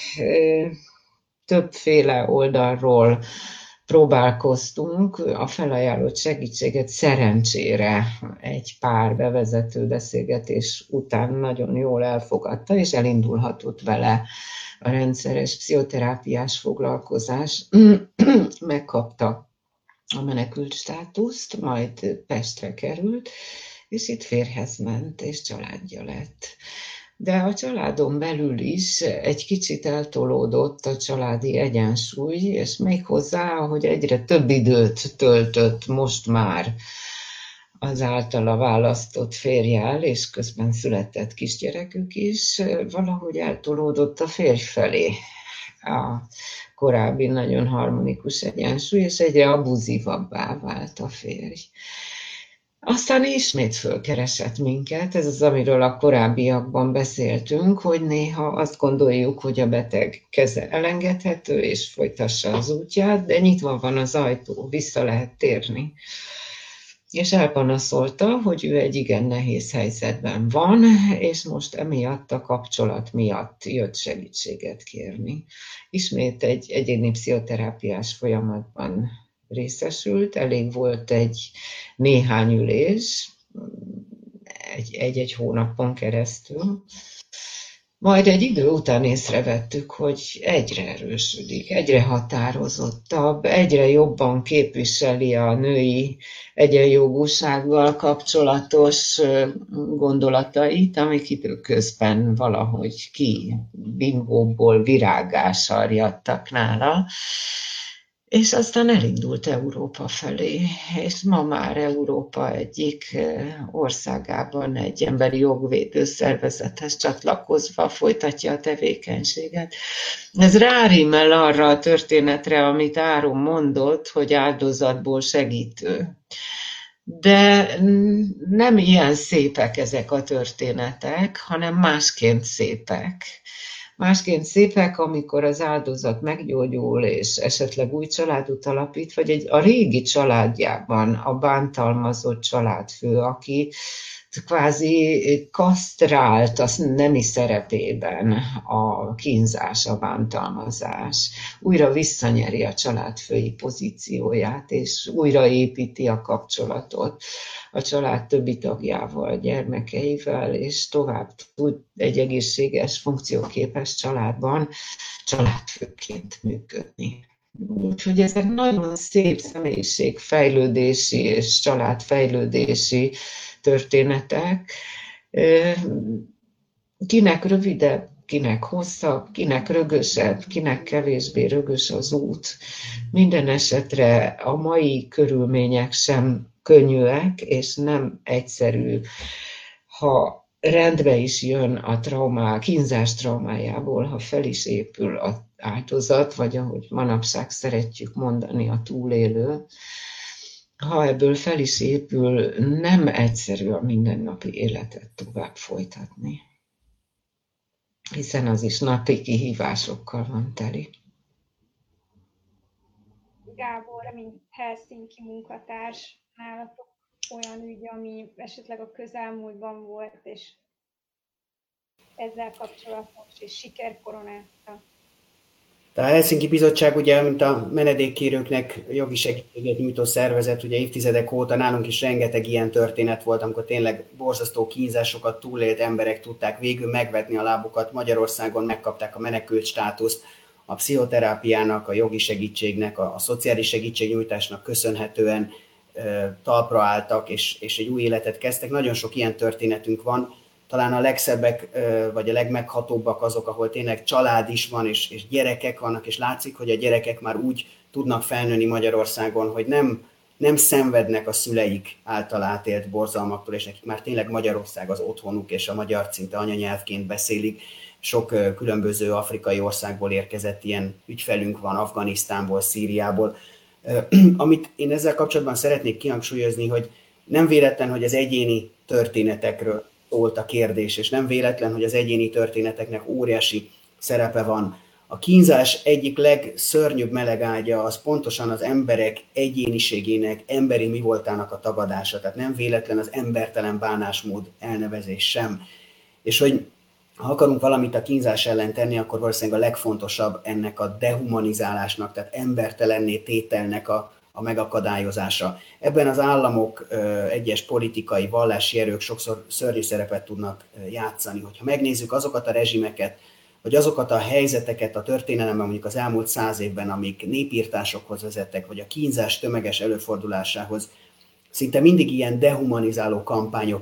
Többféle oldalról próbálkoztunk, a felajánlott segítséget szerencsére egy pár bevezető beszélgetés után nagyon jól elfogadta, és elindulhatott vele a rendszeres pszichoterápiás foglalkozás. Megkapta a menekült státuszt, majd Pestre került, és itt férjhez ment, és családja lett. De a családon belül is egy kicsit eltolódott a családi egyensúly, és még hozzá, hogy egyre több időt töltött most már az általa választott férjjel, és közben született kisgyerekük is, valahogy eltolódott a férj felé a korábbi nagyon harmonikus egyensúly, és egyre abuzívabbá vált a férj. Aztán ismét fölkeresett minket, ez az, amiről a korábbiakban beszéltünk, hogy néha azt gondoljuk, hogy a beteg keze elengedhető, és folytassa az útját, de nyitva van az ajtó, vissza lehet térni. És elpanaszolta, hogy ő egy igen nehéz helyzetben van, és most emiatt a kapcsolat miatt jött segítséget kérni. Ismét egy egyéni pszichoterápiás folyamatban részesült, elég volt egy néhány ülés, egy-egy hónapon keresztül. Majd egy idő után észrevettük, hogy egyre erősödik, egyre határozottabb, egyre jobban képviseli a női egyenjogúsággal kapcsolatos gondolatait, amik időközben valahogy ki bingóból virággá sarjadtak nála. És aztán elindult Európa felé, és ma már Európa egyik országában egy emberi jogvédő szervezethez csatlakozva folytatja a tevékenységet. Ez rárímel arra a történetre, amit Áron mondott, hogy áldozatból segítő. De nem ilyen szépek ezek a történetek, hanem másként szépek. Másként szépek, amikor az áldozat meggyógyul, és esetleg új családot alapít, vagy egy, a régi családjában a bántalmazott családfő, aki kvázi kasztrált a nemi szerepében a kínzás, a bántalmazás. Újra visszanyeri a családfői pozícióját, és újraépíti a kapcsolatot a család többi tagjával, gyermekeivel, és tovább tud egy egészséges, funkcióképes családban családfőként működni. Úgyhogy ezek nagyon szép személyiségfejlődési és családfejlődési történetek. Kinek rövidebb, kinek hosszabb, kinek rögösebb, kinek kevésbé rögös az út. Minden esetre a mai körülmények sem könnyűek, és nem egyszerű, ha rendbe is jön a traumá, kínzás traumájából, ha fel is épül az áldozat, vagy ahogy manapság szeretjük mondani, a túlélő, ha ebből fel is épül, nem egyszerű a mindennapi életet tovább folytatni, hiszen az is napi kihívásokkal van teli. Gábor, mint Helsinki munkatárs, nálatok olyan ügy, ami esetleg a közelmúltban volt, és ezzel kapcsolatos, és sikerkoronázta? A Helsinki Bizottság, ugye, mint a menedékkérőknek jogi segítséget nyújtó szervezet, ugye évtizedek óta nálunk is rengeteg ilyen történet volt, amikor tényleg borzasztó kínzásokat túlélt emberek tudták végül megvetni a lábukat. Magyarországon megkapták a menekült státuszt, a pszichoterápiának, a jogi segítségnek, a, a szociális segítségnyújtásnak köszönhetően e, talpra álltak, és, és egy új életet kezdtek. Nagyon sok ilyen történetünk van. Talán a legszebbek, vagy a legmeghatóbbak azok, ahol tényleg család is van, és, és gyerekek vannak, és látszik, hogy a gyerekek már úgy tudnak felnőni Magyarországon, hogy nem, nem szenvednek a szüleik által átélt borzalmaktól, és nekik már tényleg Magyarország az otthonuk, és a magyar szinte anyanyelvként beszélik. Sok különböző afrikai országból érkezett ilyen ügyfelünk van, Afganisztánból, Szíriából. Amit én ezzel kapcsolatban szeretnék kihangsúlyozni, hogy nem véletlen, hogy az egyéni történetekről szólt a kérdés, és nem véletlen, hogy az egyéni történeteknek óriási szerepe van. A kínzás egyik legszörnyűbb melegágya az pontosan az emberek egyéniségének, emberi mi voltának a tagadása. Tehát nem véletlen az embertelen bánásmód elnevezés sem. És hogy ha akarunk valamit a kínzás ellen tenni, akkor valószínűleg a legfontosabb ennek a dehumanizálásnak, tehát embertelenné tételnek a, a megakadályozása. Ebben az államok, egyes politikai, vallási erők sokszor szörnyű szerepet tudnak játszani. Hogyha megnézzük azokat a rezsimeket, vagy azokat a helyzeteket a történelemben, mondjuk az elmúlt száz évben, amik népírtásokhoz vezettek, vagy a kínzás tömeges előfordulásához, szinte mindig ilyen dehumanizáló kampányok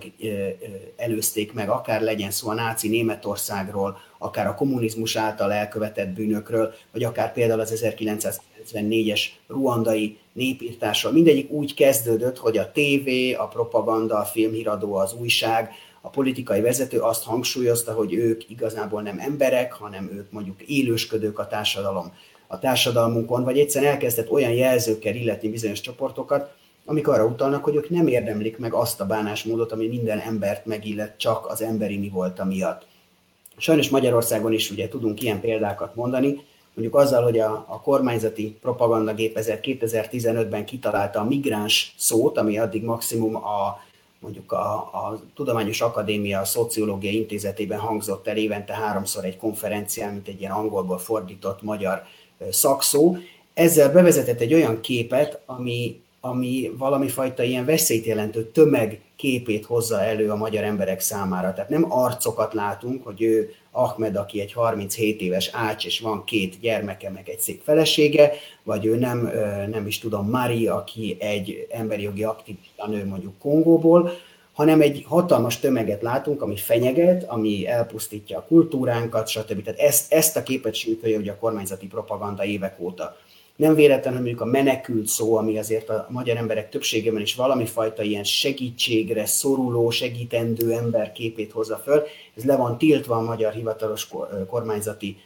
előzték meg, akár legyen szó a náci Németországról, akár a kommunizmus által elkövetett bűnökről, vagy akár például az ezerkilencszázkilencvennégyes ruandai népírtásról. Mindegyik úgy kezdődött, hogy a tévé, a propaganda, a filmhíradó, az újság, a politikai vezető azt hangsúlyozta, hogy ők igazából nem emberek, hanem ők mondjuk élősködők a társadalom, a társadalmunkon, vagy egyszerűen elkezdett olyan jelzőkkel illetni bizonyos csoportokat, amik arra utalnak, hogy ők nem érdemlik meg azt a bánásmódot, ami minden embert megillet csak az emberi mi volt miatt. Sajnos Magyarországon is ugye tudunk ilyen példákat mondani, mondjuk azzal, hogy a, a kormányzati propagandagépezet kétezer-tizenötben kitalálta a migráns szót, ami addig maximum a mondjuk a, a Tudományos Akadémia a Szociológiai Intézetében hangzott el évente háromszor egy konferencián, mint egy ilyen angolból fordított magyar szakszó. Ezzel bevezetett egy olyan képet, ami, ami valami fajta ilyen veszélyt jelentő tömegképét hozza elő a magyar emberek számára. Tehát nem arcokat látunk, hogy ő Ahmed, aki egy harminchét éves ács, és van két gyermeke, meg egy szép felesége, vagy ő nem, nem is tudom, Mari, aki egy emberi jogi aktivista nő mondjuk Kongóból, hanem egy hatalmas tömeget látunk, ami fenyeget, ami elpusztítja a kultúránkat, stb. Tehát ezt, ezt a képet sűrűkölje ugye a kormányzati propaganda évek óta. Nem véletlen, hogy mondjuk a menekült szó, ami azért a magyar emberek többségében is valami fajta ilyen segítségre szoruló, segítendő ember képét hozza föl, ez le van tiltva a magyar hivatalos kormányzati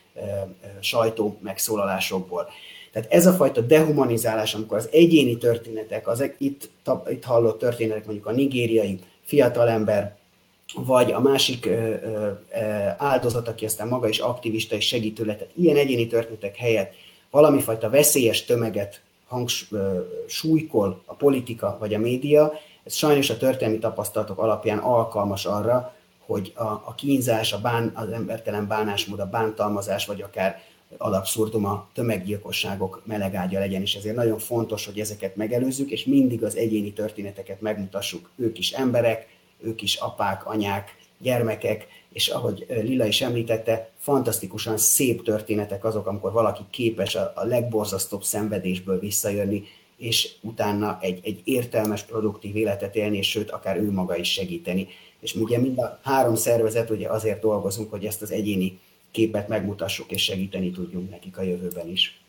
sajtó megszólalásokból. Tehát ez a fajta dehumanizálás, amikor az egyéni történetek, az itt, itt hallott történetek, mondjuk a nigériai fiatalember, vagy a másik áldozat, aki aztán maga is aktivista és segítő lett, tehát ilyen egyéni történetek helyett valami fajta veszélyes tömeget hangs, súlykol a politika vagy a média, ez sajnos a történelmi tapasztalatok alapján alkalmas arra, hogy a, a kínzás, a bán, az embertelen bánásmód, a bántalmazás, vagy akár ad abszurdum a tömeggyilkosságok melegágya legyen, és ezért nagyon fontos, hogy ezeket megelőzzük, és mindig az egyéni történeteket megmutassuk. Ők is emberek, ők is apák, anyák, gyermekek, és ahogy Lilla is említette, fantasztikusan szép történetek azok, amikor valaki képes a, a legborzasztóbb szenvedésből visszajönni, és utána egy, egy értelmes, produktív életet élni, és sőt, akár ő maga is segíteni. És ugye mind a három szervezet ugye azért dolgozunk, hogy ezt az egyéni képet megmutassuk, és segíteni tudjunk nekik a jövőben is.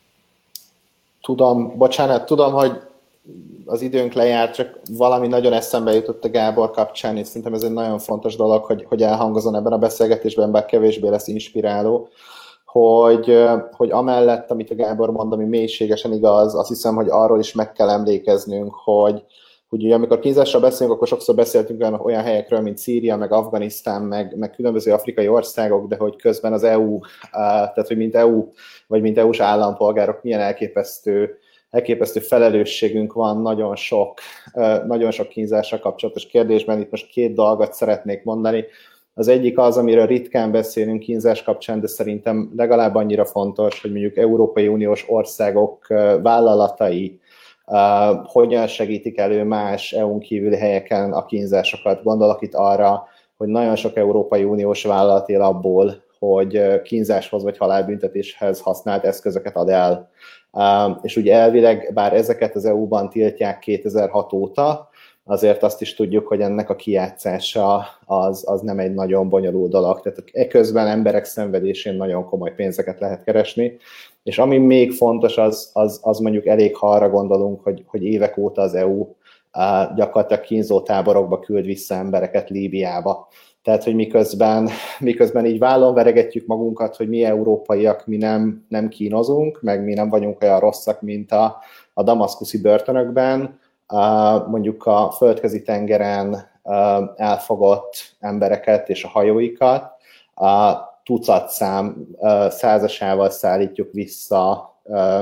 Tudom, bocsánat, tudom, hogy az időnk lejárt, csak valami nagyon eszembe jutott a Gábor kapcsán, és szerintem ez egy nagyon fontos dolog, hogy, hogy elhangozon ebben a beszélgetésben, bár kevésbé lesz inspiráló, hogy, hogy amellett, amit a Gábor mond, ami mélységesen igaz, azt hiszem, hogy arról is meg kell emlékeznünk, hogy, hogy ugye, amikor kínzásról beszélünk, akkor sokszor beszéltünk olyan, olyan helyekről, mint Szíria, meg Afganisztán, meg, meg különböző afrikai országok, de hogy közben az é u, tehát hogy mint é u, vagy mint é u-s állampolgárok milyen elképesztő elképesztő felelősségünk van nagyon sok, nagyon sok kínzásra kapcsolatos kérdésben. Itt most két dolgot szeretnék mondani. Az egyik az, amiről ritkán beszélünk kínzás kapcsán, de szerintem legalább annyira fontos, hogy mondjuk Európai Uniós országok vállalatai hogyan segítik elő más é u-n kívüli helyeken a kínzásokat. Gondolok itt arra, hogy nagyon sok Európai Uniós vállalat él abból, hogy kínzáshoz vagy halálbüntetéshez használt eszközöket ad el. Um, és ugye elvileg, bár ezeket az é u-ban tiltják kétezer-hat óta, azért azt is tudjuk, hogy ennek a kijátszása az, az nem egy nagyon bonyolult dolog. Tehát eközben emberek szenvedésén nagyon komoly pénzeket lehet keresni. És ami még fontos, az, az, az mondjuk elég, ha arra gondolunk, hogy, hogy évek óta az é u uh, gyakorlatilag kínzótáborokba küld vissza embereket Líbiába. Tehát, hogy miközben, miközben így vállon veregetjük magunkat, hogy mi európaiak, mi nem, nem kínozunk, meg mi nem vagyunk olyan rosszak, mint a, a damaszkuszi börtönökben, mondjuk a földközi tengeren elfogott embereket és a hajóikat tucatszám százasával szállítjuk vissza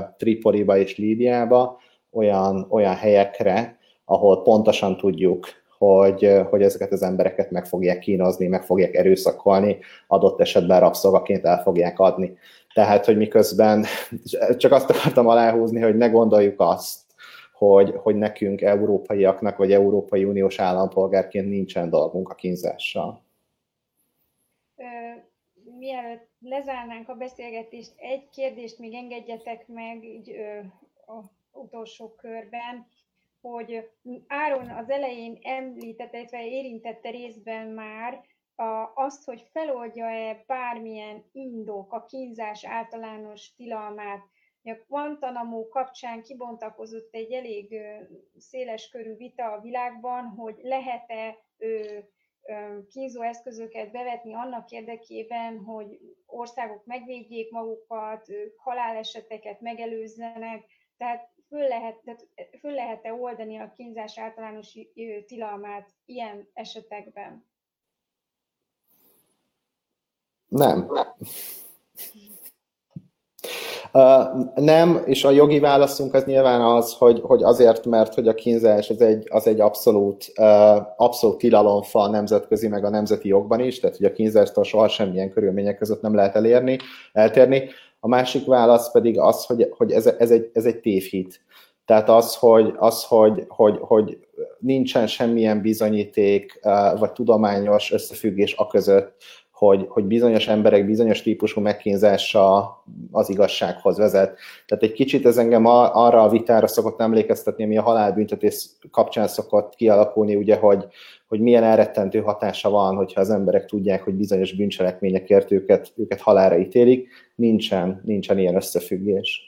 Tripoliba és Líbiába, olyan, olyan helyekre, ahol pontosan tudjuk, hogy, hogy ezeket az embereket meg fogják kínozni, meg fogják erőszakolni, adott esetben rabszolgaként el fogják adni. Tehát, hogy miközben csak azt akartam aláhúzni, hogy ne gondoljuk azt, hogy, hogy nekünk európaiaknak, vagy Európai Uniós állampolgárként nincsen dolgunk a kínzással. Mielőtt lezárnánk a beszélgetést, egy kérdést még engedjetek meg így az utolsó körben, hogy Áron az elején említette, illetve érintette részben már azt, hogy feloldja-e bármilyen indok a kínzás általános tilalmát. A Guantánamo kapcsán kibontakozott egy elég széles körű vita a világban, hogy lehet-e kínzó eszközöket bevetni annak érdekében, hogy országok megvédjék magukat, haláleseteket megelőzzenek, tehát föl, lehet, tehát föl lehet-e oldani a kínzás általános tilalmát ilyen esetekben? Nem. Uh, nem, és a jogi válaszunk az nyilván az, hogy, hogy azért, mert hogy a kínzás az egy, az egy abszolút, uh, abszolút tilalomfa a nemzetközi meg a nemzeti jogban is, tehát hogy a kínzástól soha semmilyen körülmények között nem lehet elérni, eltérni. A másik válasz pedig az, hogy, hogy ez, ez, egy, ez egy tévhit. Tehát az, hogy, az hogy, hogy, hogy nincsen semmilyen bizonyíték uh, vagy tudományos összefüggés a között, Hogy, hogy bizonyos emberek bizonyos típusú megkínzása az igazsághoz vezet. Tehát egy kicsit ez engem arra a vitára szokott emlékeztetni, ami a halálbüntetés kapcsán szokott kialakulni, ugye, hogy, hogy milyen elrettentő hatása van, hogyha az emberek tudják, hogy bizonyos bűncselekményekért őket, őket halálra ítélik. Nincsen, nincsen ilyen összefüggés.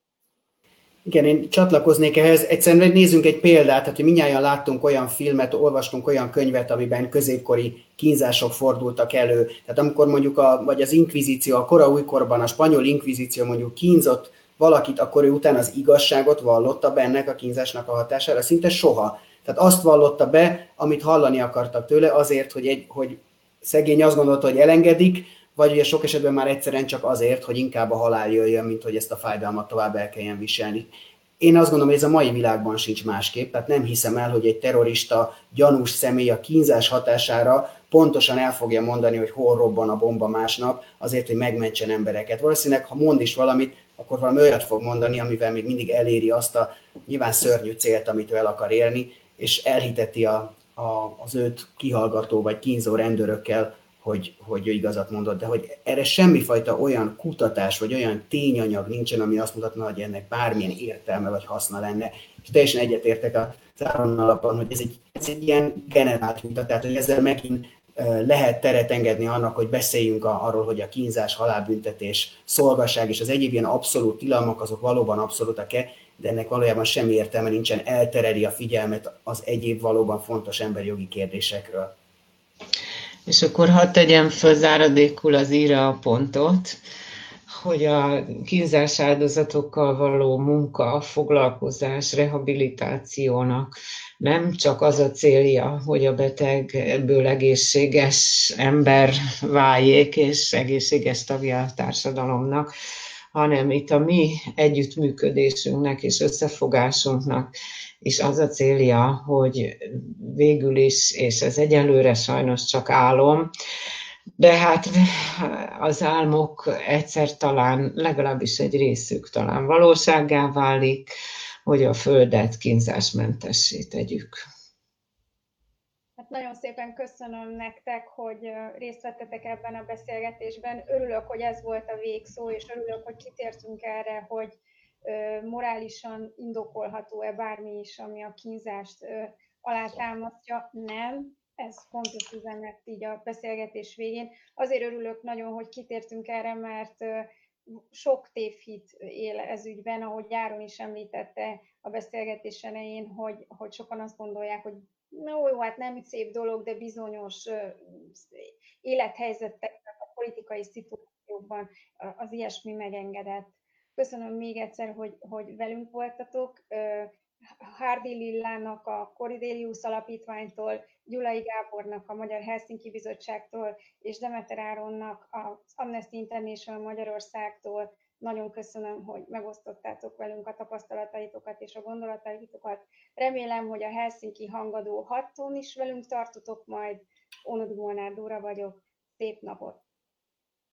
Igen, én csatlakoznék ehhez. Egyszerűen nézzünk egy példát, tehát mindnyájan láttunk olyan filmet, olvastunk olyan könyvet, amiben középkori kínzások fordultak elő. Tehát amikor mondjuk a, vagy az inkvizíció, a kora újkorban a spanyol inkvizíció mondjuk kínzott valakit, akkor ő utána az igazságot vallotta be ennek a kínzásnak a hatására, szinte soha. Tehát azt vallotta be, amit hallani akartak tőle, azért, hogy, egy, hogy szegény azt gondolta, hogy elengedik, vagy ugye sok esetben már egyszerűen csak azért, hogy inkább a halál jöjjön, mint hogy ezt a fájdalmat tovább el kelljen viselni. Én azt gondolom, hogy ez a mai világban sincs másképp, tehát nem hiszem el, hogy egy terrorista, gyanús személy a kínzás hatására pontosan el fogja mondani, hogy hol robban a bomba másnap, azért, hogy megmentsen embereket. Valószínűleg, ha mond is valamit, akkor valami olyat fog mondani, amivel még mindig eléri azt a nyilván szörnyű célt, amit ő el akar érni, és elhiteti a, a, az őt kihallgató vagy kínzó rendőrökkel, hogy, hogy ő igazat mondott, de hogy erre semmifajta olyan kutatás, vagy olyan tényanyag nincsen, ami azt mutatna, hogy ennek bármilyen értelme vagy haszna lenne. És teljesen egyetértek a Áronnal alapon, hogy ez egy, ez egy ilyen generált vita, tehát hogy ezzel megint lehet teret engedni annak, hogy beszéljünk arról, hogy a kínzás, halálbüntetés, szolgasság és az egyéb ilyen abszolút tilalmak, azok valóban abszolútak-e, de ennek valójában semmi értelme nincsen, eltereli a figyelmet az egyéb valóban fontos emberi jogi kérdésekről. És akkor hadd tegyem föl záradékul az íra a pontot, hogy a kínzás áldozatokkal való munka, foglalkozás, rehabilitációnak nem csak az a célja, hogy a beteg ebből egészséges ember váljék, és egészséges tagja a társadalomnak, hanem itt a mi együttműködésünknek és összefogásunknak és az a célja, hogy végül is, és ez egyelőre sajnos csak álom, de hát az álmok egyszer talán, legalábbis egy részük talán valósággá válik, hogy a Földet kínzásmentessé tegyük. Hát nagyon szépen köszönöm nektek, hogy részt vettetek ebben a beszélgetésben. Örülök, hogy ez volt a végszó, és örülök, hogy kitértünk erre, hogy morálisan indokolható-e bármi is, ami a kínzást alátámasztja. Nem, ez fontos üzenet így a beszélgetés végén. Azért örülök nagyon, hogy kitértünk erre, mert sok tévhit él ez ügyben, ahogy Áron is említette a beszélgetés elején, hogy, hogy sokan azt gondolják, hogy no, jó, hát nem szép dolog, de bizonyos élethelyzetekben, a politikai szituációkban az ilyesmi megengedett. Köszönöm még egyszer, hogy, hogy velünk voltatok. Hárdi Lillának a Corydelius Alapítványtól, Gyulai Gábornak a Magyar Helsinki Bizottságtól és Demeter Áronnak az Amnesty International Magyarországtól Nagyon köszönöm, hogy megosztottátok velünk a tapasztalataitokat és a gondolataitokat. Remélem, hogy a Helsinki Hangadó hattón is velünk tartotok majd. Ónodi Molnár Dóra vagyok. Szép napot!